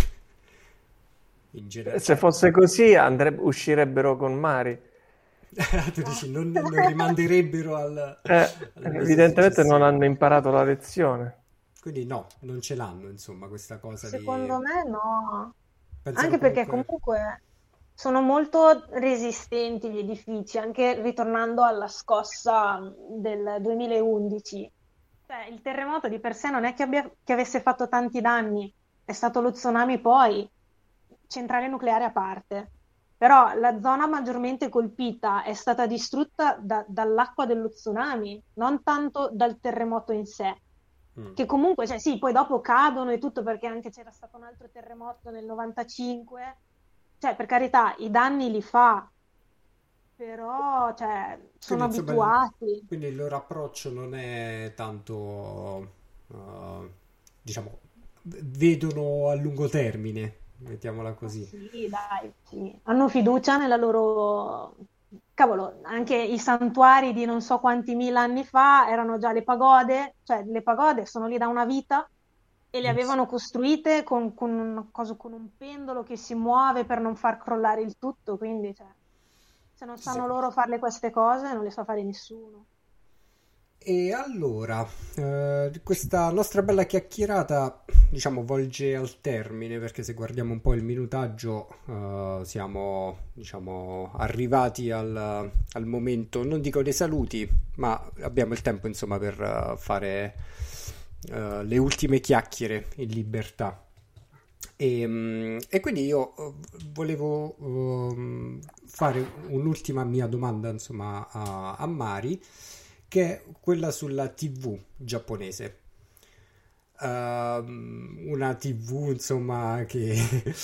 In genere, Se cioè, fosse così, andreb- uscirebbero con Mari. tu dici, non, non rimanderebbero al, Eh, al mese evidentemente non successivo. hanno imparato la lezione. Quindi no, non ce l'hanno, insomma, questa cosa di... Secondo me no, Pensano anche perché comunque... comunque sono molto resistenti gli edifici, anche ritornando alla scossa del duemilaundici. Cioè, il terremoto di per sé non è che, abbia- che avesse fatto tanti danni, è stato lo tsunami poi, centrale nucleare a parte. Però la zona maggiormente colpita è stata distrutta da- dall'acqua dello tsunami, non tanto dal terremoto in sé. Mm. Che comunque, cioè sì, poi dopo cadono e tutto perché anche c'era stato un altro terremoto nel novantacinque. Cioè, per carità, i danni li fa, però, cioè, Quindi sono insomma, il, abituati. quindi il loro approccio non è tanto, uh, diciamo, v- vedono a lungo termine, mettiamola Ma così. sì, dai, sì. Hanno fiducia nella loro... Cavolo, anche i santuari di non so quanti mila anni fa erano già le pagode, cioè le pagode sono lì da una vita e le avevano costruite con, con un, coso- con un pendolo che si muove per non far crollare il tutto, quindi cioè, se non Sì. sanno loro farle queste cose non le sa fare nessuno. E allora, eh, questa nostra bella chiacchierata, diciamo, volge al termine perché se guardiamo un po' il minutaggio, eh, siamo, diciamo, arrivati al, al momento, non dico dei saluti, ma abbiamo il tempo, insomma, per eh, fare eh, le ultime chiacchiere in libertà. E, mm, e quindi io eh, volevo ehm, fare un'ultima mia domanda, insomma, a, a Mari, che è quella sulla T V giapponese. Ehm, una T V, insomma, che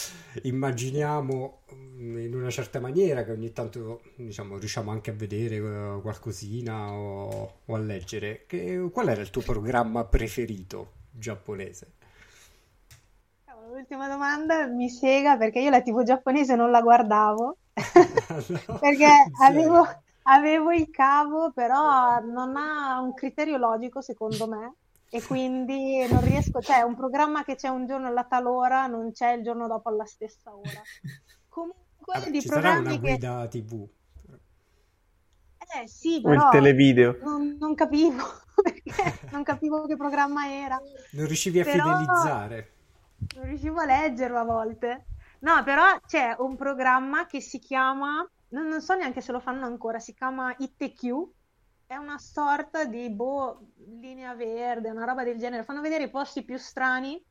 immaginiamo mm, in una certa maniera, che ogni tanto, diciamo, riusciamo anche a vedere eh, qualcosina o, o a leggere. Che- qual era il tuo programma preferito giapponese? Cavolo, l'ultima domanda mi sega perché io la T V giapponese non la guardavo No, perché zero. avevo, avevo il cavo, però non ha un criterio logico secondo me e quindi non riesco, cioè un programma che c'è un giorno alla tal ora non c'è il giorno dopo alla stessa ora. Comunque Vabbè, di ci sarà una programmi che, guida T V. eh sì, O il però televideo. non, non capivo perché non capivo che programma era. Non riuscivi a Però fidelizzare. non riuscivo a leggerlo a volte. No, però c'è un programma che si chiama, non, non so neanche se lo fanno ancora, si chiama I T Q, è una sorta di boh, linea verde, una roba del genere. Fanno vedere i posti più strani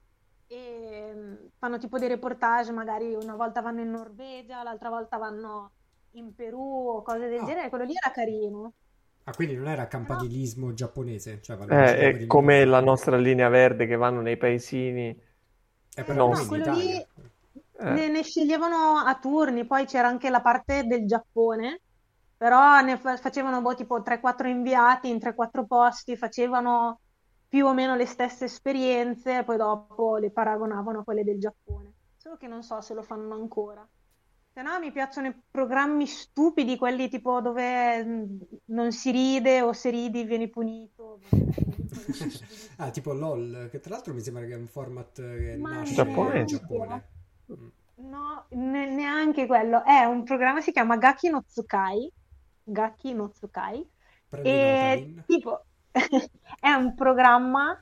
e mm, fanno tipo dei reportage, magari una volta vanno in Norvegia, l'altra volta vanno in Perù o cose del Ah, genere. Quello lì era carino. ah, quindi non era Però campanilismo giapponese, cioè vanno in Eh, giro per è il come mondo. la nostra linea verde che vanno nei paesini E Eh, però no, qui in quello nostri. Italia. lì Eh, ne, ne sceglievano a turni, poi c'era anche la parte del Giappone, però ne fa- facevano boh, tipo tre quattro inviati in tre quattro posti, facevano più o meno le stesse esperienze, e poi dopo le paragonavano a quelle del Giappone. Solo che non so se lo fanno ancora. Se no, mi piacciono i programmi stupidi, quelli tipo dove mh, non si ride o se ridi vieni punito, quelli programmi Ah, stupidizzati. tipo LOL, che tra l'altro mi sembra che è un format che Ma nasce in giapponese. neanche, Giappone. Mm. no, ne- neanche quello. È un programma, si chiama Gaki no Tsukai. Gaki no Tsukai. Prendi nota, E Lin. tipo, è un programma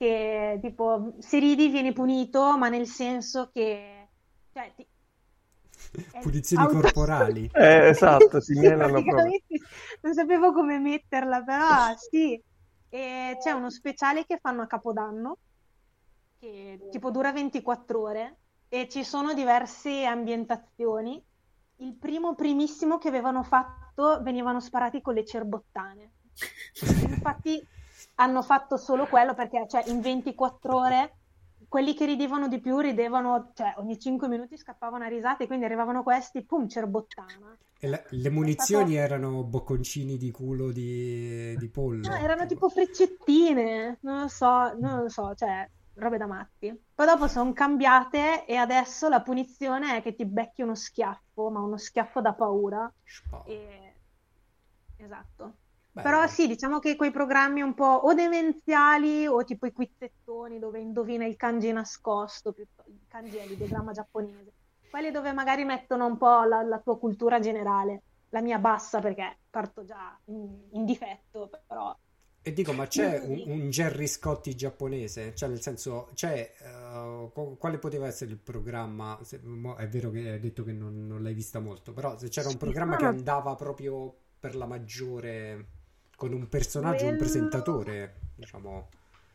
che tipo se ridi vieni punito, ma nel senso che cioè, ti... punizioni auto... corporali. Eh, esatto, si sì, menano proprio. Non sapevo come metterla, però sì. E c'è uno speciale che fanno a Capodanno, che tipo dura ventiquattro ore, e ci sono diverse ambientazioni. Il primo primissimo che avevano fatto venivano sparati con le cerbottane. Infatti hanno fatto solo quello perché cioè, in ventiquattro ore quelli che ridevano di più ridevano, cioè ogni cinque minuti scappavano a risate, quindi arrivavano questi, pum, cerbottana. E la- le munizioni stato... erano bocconcini di culo di, di pollo? No, erano tipo freccettine, non lo so, non lo so, cioè robe da matti. Poi dopo sono cambiate e adesso la punizione è che ti becchi uno schiaffo, ma uno schiaffo da paura. E... Esatto. Bello. Però sì, diciamo che quei programmi un po' o demenziali o tipo i quizzettoni dove indovina il kanji nascosto, piuttosto, il kanji è l'ideogramma giapponese, quelli dove magari mettono un po' la, la tua cultura generale, la mia bassa perché parto già in, in difetto, però... E dico, ma c'è un, un Gerry Scotti giapponese? Cioè nel senso, c'è, uh, quale poteva essere il programma? Se, mo, è vero che hai detto che non, non l'hai vista molto, però se c'era un programma che andava proprio per la maggiore... con un personaggio, Quello... un presentatore, diciamo.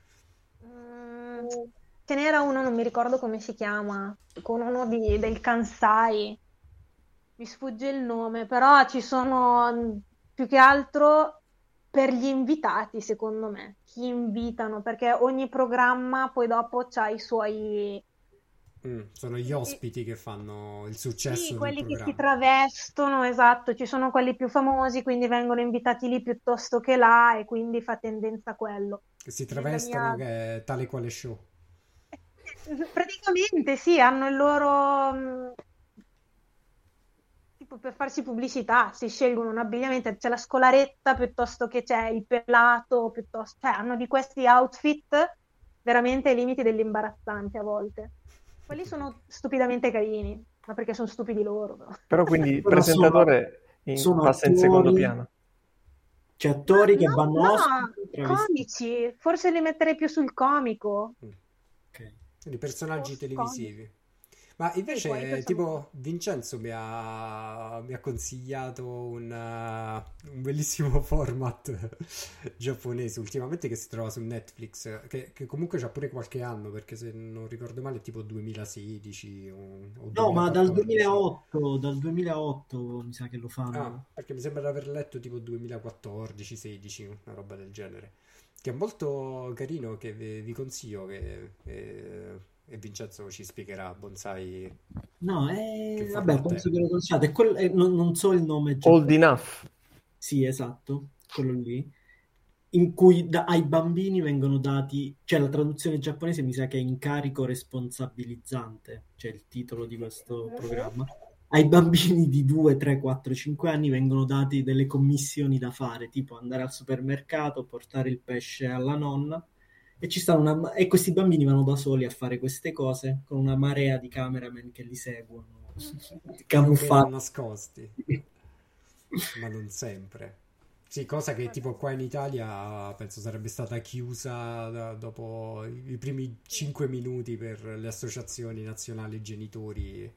Mm, ce n'era uno, non mi ricordo come si chiama, con uno di, del Kansai, mi sfugge il nome, però ci sono più che altro per gli invitati, secondo me, chi invitano, perché ogni programma poi dopo c'ha i suoi... Mm, sono gli ospiti che fanno il successo sì, del quelli programma. che si travestono, esatto, ci sono quelli più famosi, quindi vengono invitati lì piuttosto che là e quindi fa tendenza a quello. Che si travestono, mia... che è tale quale show. Praticamente sì, hanno il loro... tipo per farsi pubblicità, si scelgono un abbigliamento, c'è la scolaretta piuttosto che c'è il pelato, piuttosto... cioè hanno di questi outfit veramente ai limiti dell'imbarazzante a volte. Quelli sono stupidamente carini, ma perché sono stupidi loro. Però, però quindi il presentatore in, sono passa attori, in secondo piano. C'è attori ma che no, vanno no, ospiti, comici, forse li metterei più sul comico. Okay. Quindi personaggi Post televisivi. comico. Ma invece, sì, tipo, Vincenzo mi ha, mi ha consigliato un, uh, un bellissimo format giapponese ultimamente che si trova su Netflix, che, che comunque c'ha pure qualche anno, perché se non ricordo male è tipo duemilasedici o, o no, ma dal duemilaquattordici. duemilaotto, dal duemilaotto mi sa che lo fanno. Ah, perché mi sembra di aver letto tipo duemilaquattordici sedici, una roba del genere. Che è molto carino, che vi, vi consiglio, che... che e Vincenzo ci spiegherà bonsai. No, eh, vabbè, penso che lo conosciate. Quel, eh, non, non so il nome. Old Enough. Sì, esatto, quello lì. In cui da, ai bambini vengono dati, cioè la traduzione giapponese mi sa che è incarico responsabilizzante, cioè il titolo di questo programma. Ai bambini di due, tre, quattro, cinque anni vengono dati delle commissioni da fare, tipo andare al supermercato, portare il pesce alla nonna. E ci stanno una, e questi bambini vanno da soli a fare queste cose con una marea di cameraman che li seguono camuffati nascosti, ma non sempre. Sì, cosa che tipo qua in Italia penso sarebbe stata chiusa da, dopo i primi cinque minuti per le associazioni nazionali genitori.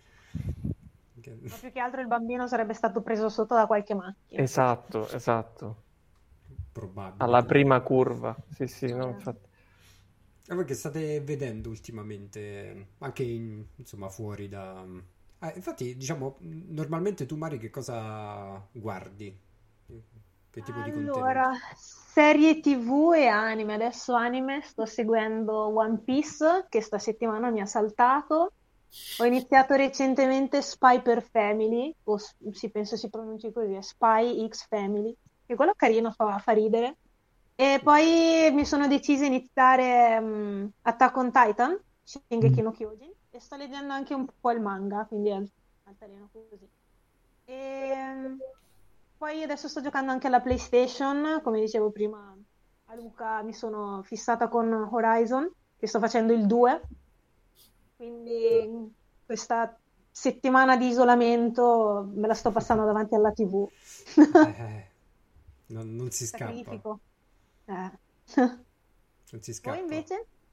Ma più che altro il bambino sarebbe stato preso sotto da qualche macchina. Esatto, esatto. Probabile. Alla prima curva. Sì, sì, no, infatti. E voi che state vedendo ultimamente, anche in, insomma fuori da... Ah, infatti, diciamo, normalmente tu Mari che cosa guardi? Che tipo di contenuti? Allora, serie tivù e anime. Adesso anime sto seguendo One Piece, che sta settimana mi ha saltato. Ho iniziato recentemente Spy per Family, o si penso si pronunci così, Spy X Family, che quello carino, fa, fa ridere. E poi mi sono decisa a iniziare um, Attack on Titan, Shingeki no Kyojin, e sto leggendo anche un po' il manga, quindi è altarino così. E poi adesso sto giocando anche alla PlayStation, come dicevo prima a Luca, mi sono fissata con Horizon, che sto facendo il due, quindi questa settimana di isolamento me la sto passando davanti alla tivù. eh, non, non si scappa. Sacrifico. Eh. Non si scappa. Voi invece?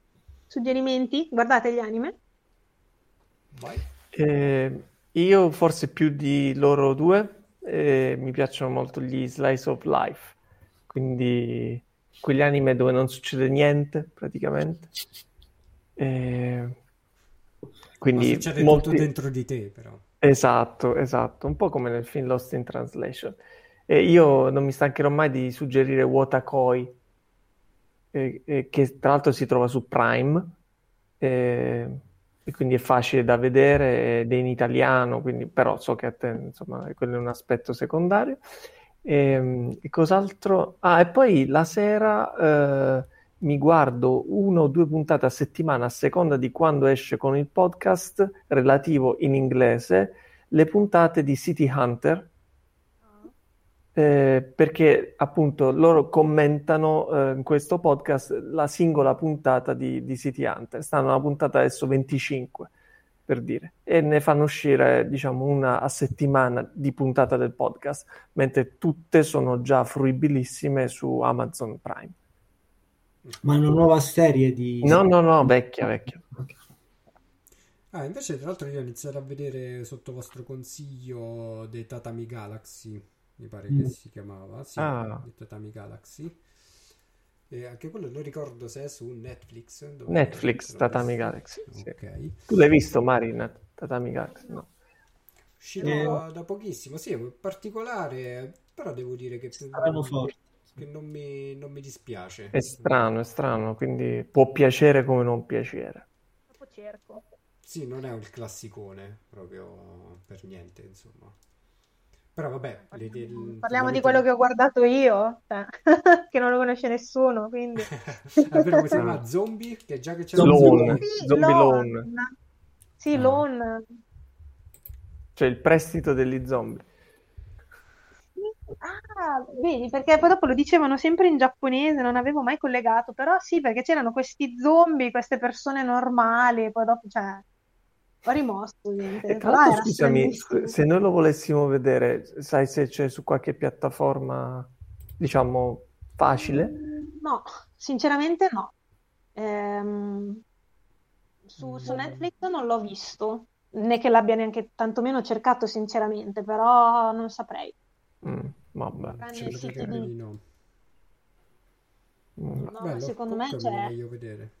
Suggerimenti? Guardate gli anime? Vai. Eh, io forse più di loro due, eh, mi piacciono molto gli slice of life, quindi quegli anime dove non succede niente praticamente. Eh, Ma quindi succede molti... tutto dentro di te, però. Esatto, esatto, un po' come nel film Lost in Translation. E io non mi stancherò mai di suggerire Wotakoi, eh, eh, che tra l'altro si trova su Prime, eh, e quindi è facile da vedere ed è in italiano, quindi, però so che a te, insomma, quello è un aspetto secondario. E, e cos'altro? Ah, e poi la sera eh, mi guardo uno o due puntate a settimana, a seconda di quando esce con il podcast relativo in inglese, le puntate di City Hunter, eh, perché appunto loro commentano eh, in questo podcast la singola puntata di, di City Hunter. Stanno alla puntata adesso venticinque, per dire, e ne fanno uscire diciamo una a settimana di puntata del podcast, mentre tutte sono già fruibilissime su Amazon Prime. Ma è una nuova serie di... No, no, no, vecchia, vecchia. Ah, invece tra l'altro io ho iniziato a vedere sotto vostro consiglio The Tatami Galaxy, mi pare che Mm. si chiamava, sì, Ah, The Tatami Galaxy. E anche quello non ricordo se è su Netflix, dove Netflix, l'ho Tatami visto. Galaxy, sì. Ok. Tu l'hai visto, Marina? Tatami Galaxy? No. Uscito Eh, da, da pochissimo, sì, è particolare, però devo dire che, strano forte. che non mi, non mi dispiace. È strano, è strano, quindi può piacere come non piacere. Dopo cerco. Sì, non è un classicone, proprio per niente, insomma. Però vabbè, le, le- Parliamo, le parliamo di metto- quello che ho guardato io, cioè, che non lo conosce nessuno, quindi... Ah, però come si Ah. chiama? Zombie? Che già che c'è Zombie lo Lone, zombie. Sì, Zombie Lone. Lone, Sì, Ah. Lone. cioè il prestito degli zombie. Sì. Ah, vedi, perché poi dopo lo dicevano sempre in giapponese, non avevo mai collegato, però sì, perché c'erano questi zombie, queste persone normali, e poi dopo, cioè, ho rimosso, E gente, tra però l'altro, era scusami, stranissimo. se noi lo volessimo vedere, sai se c'è su qualche piattaforma, diciamo, facile? Mm, no, sinceramente no. Ehm, su, su Netflix non l'ho visto, né che l'abbia neanche tantomeno cercato, sinceramente, però non saprei. Mm, vabbè. Tranne Ci i credo siti che di... no. Mm, No, No, ma bello, secondo me comunque me lo c'è voglio vedere.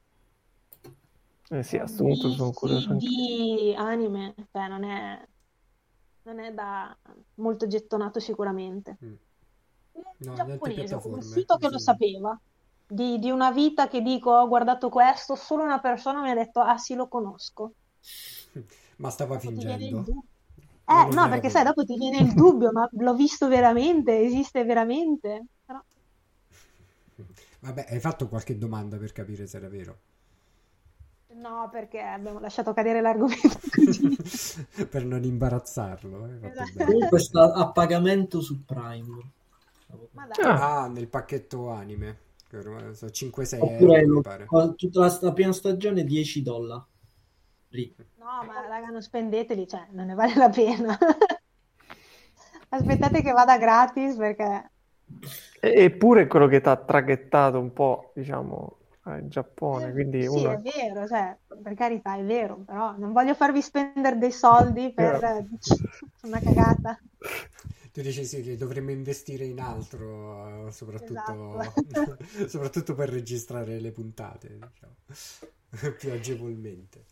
eh sì, a questo punto sono curioso anche. di anime, cioè non è, non è da molto gettonato sicuramente. Mm. È No, niente giapponese, un piattaforme, sito mi che lo sembra. sapeva. Di, di una vita che dico, ho guardato questo, solo una persona mi ha detto, ah sì, lo conosco. Ma stava Dopo ti viene il fingendo? dubbio. Ma Eh, non no, era perché sai, vero. dopo ti viene il dubbio, ma l'ho visto veramente, esiste veramente? Però, Vabbè, hai fatto qualche domanda per capire se era vero? no, perché abbiamo lasciato cadere l'argomento così. Per non imbarazzarlo, hai fatto Esatto. bene. Comunque sta a pagamento su Prime. Ma dai, Ah, Ah, nel pacchetto anime. Che ormai sono cinque sei Oppure euro, mi lo- pare. tutta la, la prima stagione dieci dollari. Lì. no, ma raga, non spendeteli, cioè, non ne vale la pena. Aspettate che vada gratis perché... e- eppure quello che ti ha traghettato un po', diciamo, eh, in Giappone, Eh, quindi sì, è uno... vero, cioè, per carità, è vero, però non voglio farvi spendere dei soldi per eh, una cagata. Tu dici sì, che dovremmo investire in altro, eh, soprattutto, Esatto. soprattutto per registrare le puntate, diciamo, più agevolmente.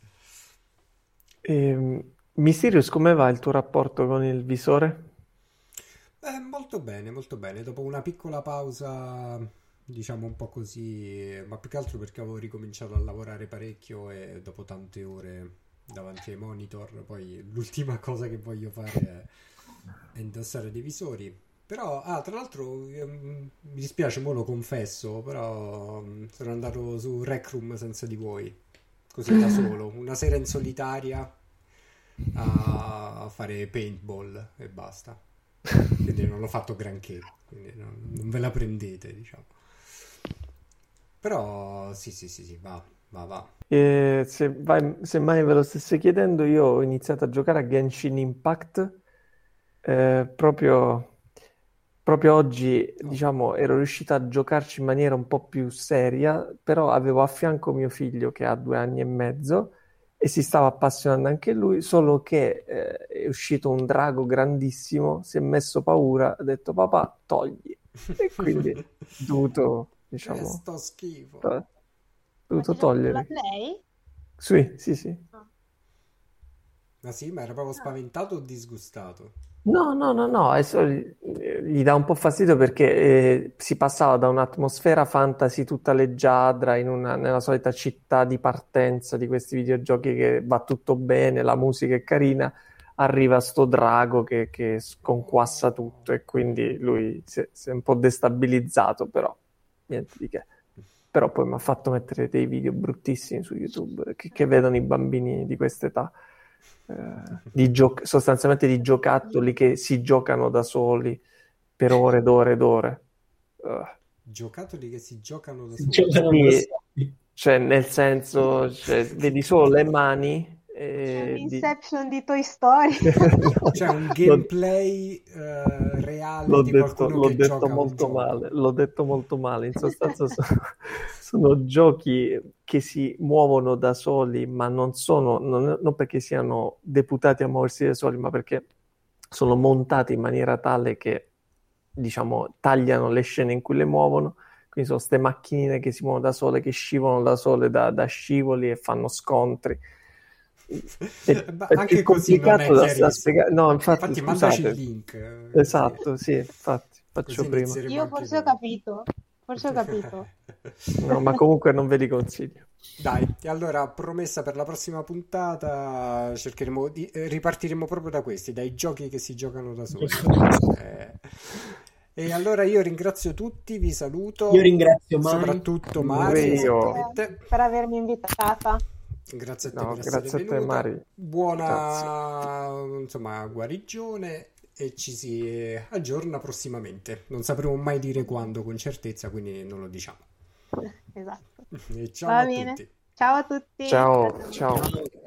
Ehm, Mysterious, come va il tuo rapporto con il visore? Eh, molto bene, molto bene. Dopo una piccola pausa, diciamo un po' così, ma più che altro perché avevo ricominciato a lavorare parecchio e dopo tante ore davanti ai monitor, poi l'ultima cosa che voglio fare è, è indossare dei visori. Però, ah, tra l'altro, ehm, mi dispiace, mo lo confesso, però mm, sono andato su Rec Room senza di voi, così da solo, una sera in solitaria a fare paintball e basta. Quindi non l'ho fatto granché, quindi non, non ve la prendete, diciamo. Però sì, sì, sì, sì, va, va, va. E se, vai- se mai ve lo stesse chiedendo, io ho iniziato a giocare a Genshin Impact eh, proprio proprio oggi, diciamo, ero riuscito a giocarci in maniera un po' più seria, però avevo a fianco mio figlio che ha due anni e mezzo e si stava appassionando anche lui, solo che eh, è uscito un drago grandissimo, si è messo paura, ha detto papà, togli. E quindi ho dovuto, Che diciamo, sto schifo. to- Ma dovuto ci giochi sulla togliere. Play? Sì, sì, sì. No. Ma sì, ma era proprio Ah. spaventato o disgustato? No, no, no, no, è solo- eh, gli dà un po' fastidio perché eh, si passava da un'atmosfera fantasy tutta leggiadra in una- nella solita città di partenza di questi videogiochi che va tutto bene, la musica è carina, arriva sto drago che, che sconquassa tutto e quindi lui si è, si è un po' destabilizzato, però niente di che. Però poi mi ha fatto mettere dei video bruttissimi su YouTube che, che vedono i bambini di questa età eh, di gio- sostanzialmente di giocattoli che si giocano da soli per ore ed ore ed ore. Eh, Giocattoli che si giocano da Si soli. giocano da sì, soli. cioè nel senso, cioè, vedi solo le mani C'è e di... l'Inception di Toy Story. No, Cioè un l'ho, gameplay eh, reale l'ho di detto, qualcuno l'ho che detto gioca un molto gioco. male, l'ho detto molto male. In sostanza sono, sono giochi che si muovono da soli, ma non sono, non, non perché siano deputati a muoversi da soli, ma perché sono montati in maniera tale che, diciamo, tagliano le scene in cui le muovono. Quindi sono queste macchinine che si muovono da sole, che scivolano da sole da, da scivoli e fanno scontri. È, Ma è- è anche così non è complicato da, da chiarissimo. spiegare. No, infatti, Infatti, mandaci il scusate. link. eh, Così, Esatto, sì, infatti, così faccio prima. inizieremo Io anche forse ho noi. capito. Forse ho capito. No, ma comunque non ve li consiglio. Dai, e allora promessa per la prossima puntata cercheremo di eh, ripartiremo proprio da questi, dai giochi che si giocano da soli. Eh, E allora io ringrazio tutti, vi saluto, Io ringrazio Mari. soprattutto Pure Mari, io. esattamente. Per avermi invitata. Grazie a te No, per essere grazie a te, venuta. Mari. Buona, insomma, guarigione e ci si aggiorna prossimamente. Non sapremo mai dire quando con certezza, quindi non lo diciamo. Esatto. E ciao Va a bene. tutti. Ciao a tutti. Ciao, Grazie a tutti. ciao. Ciao.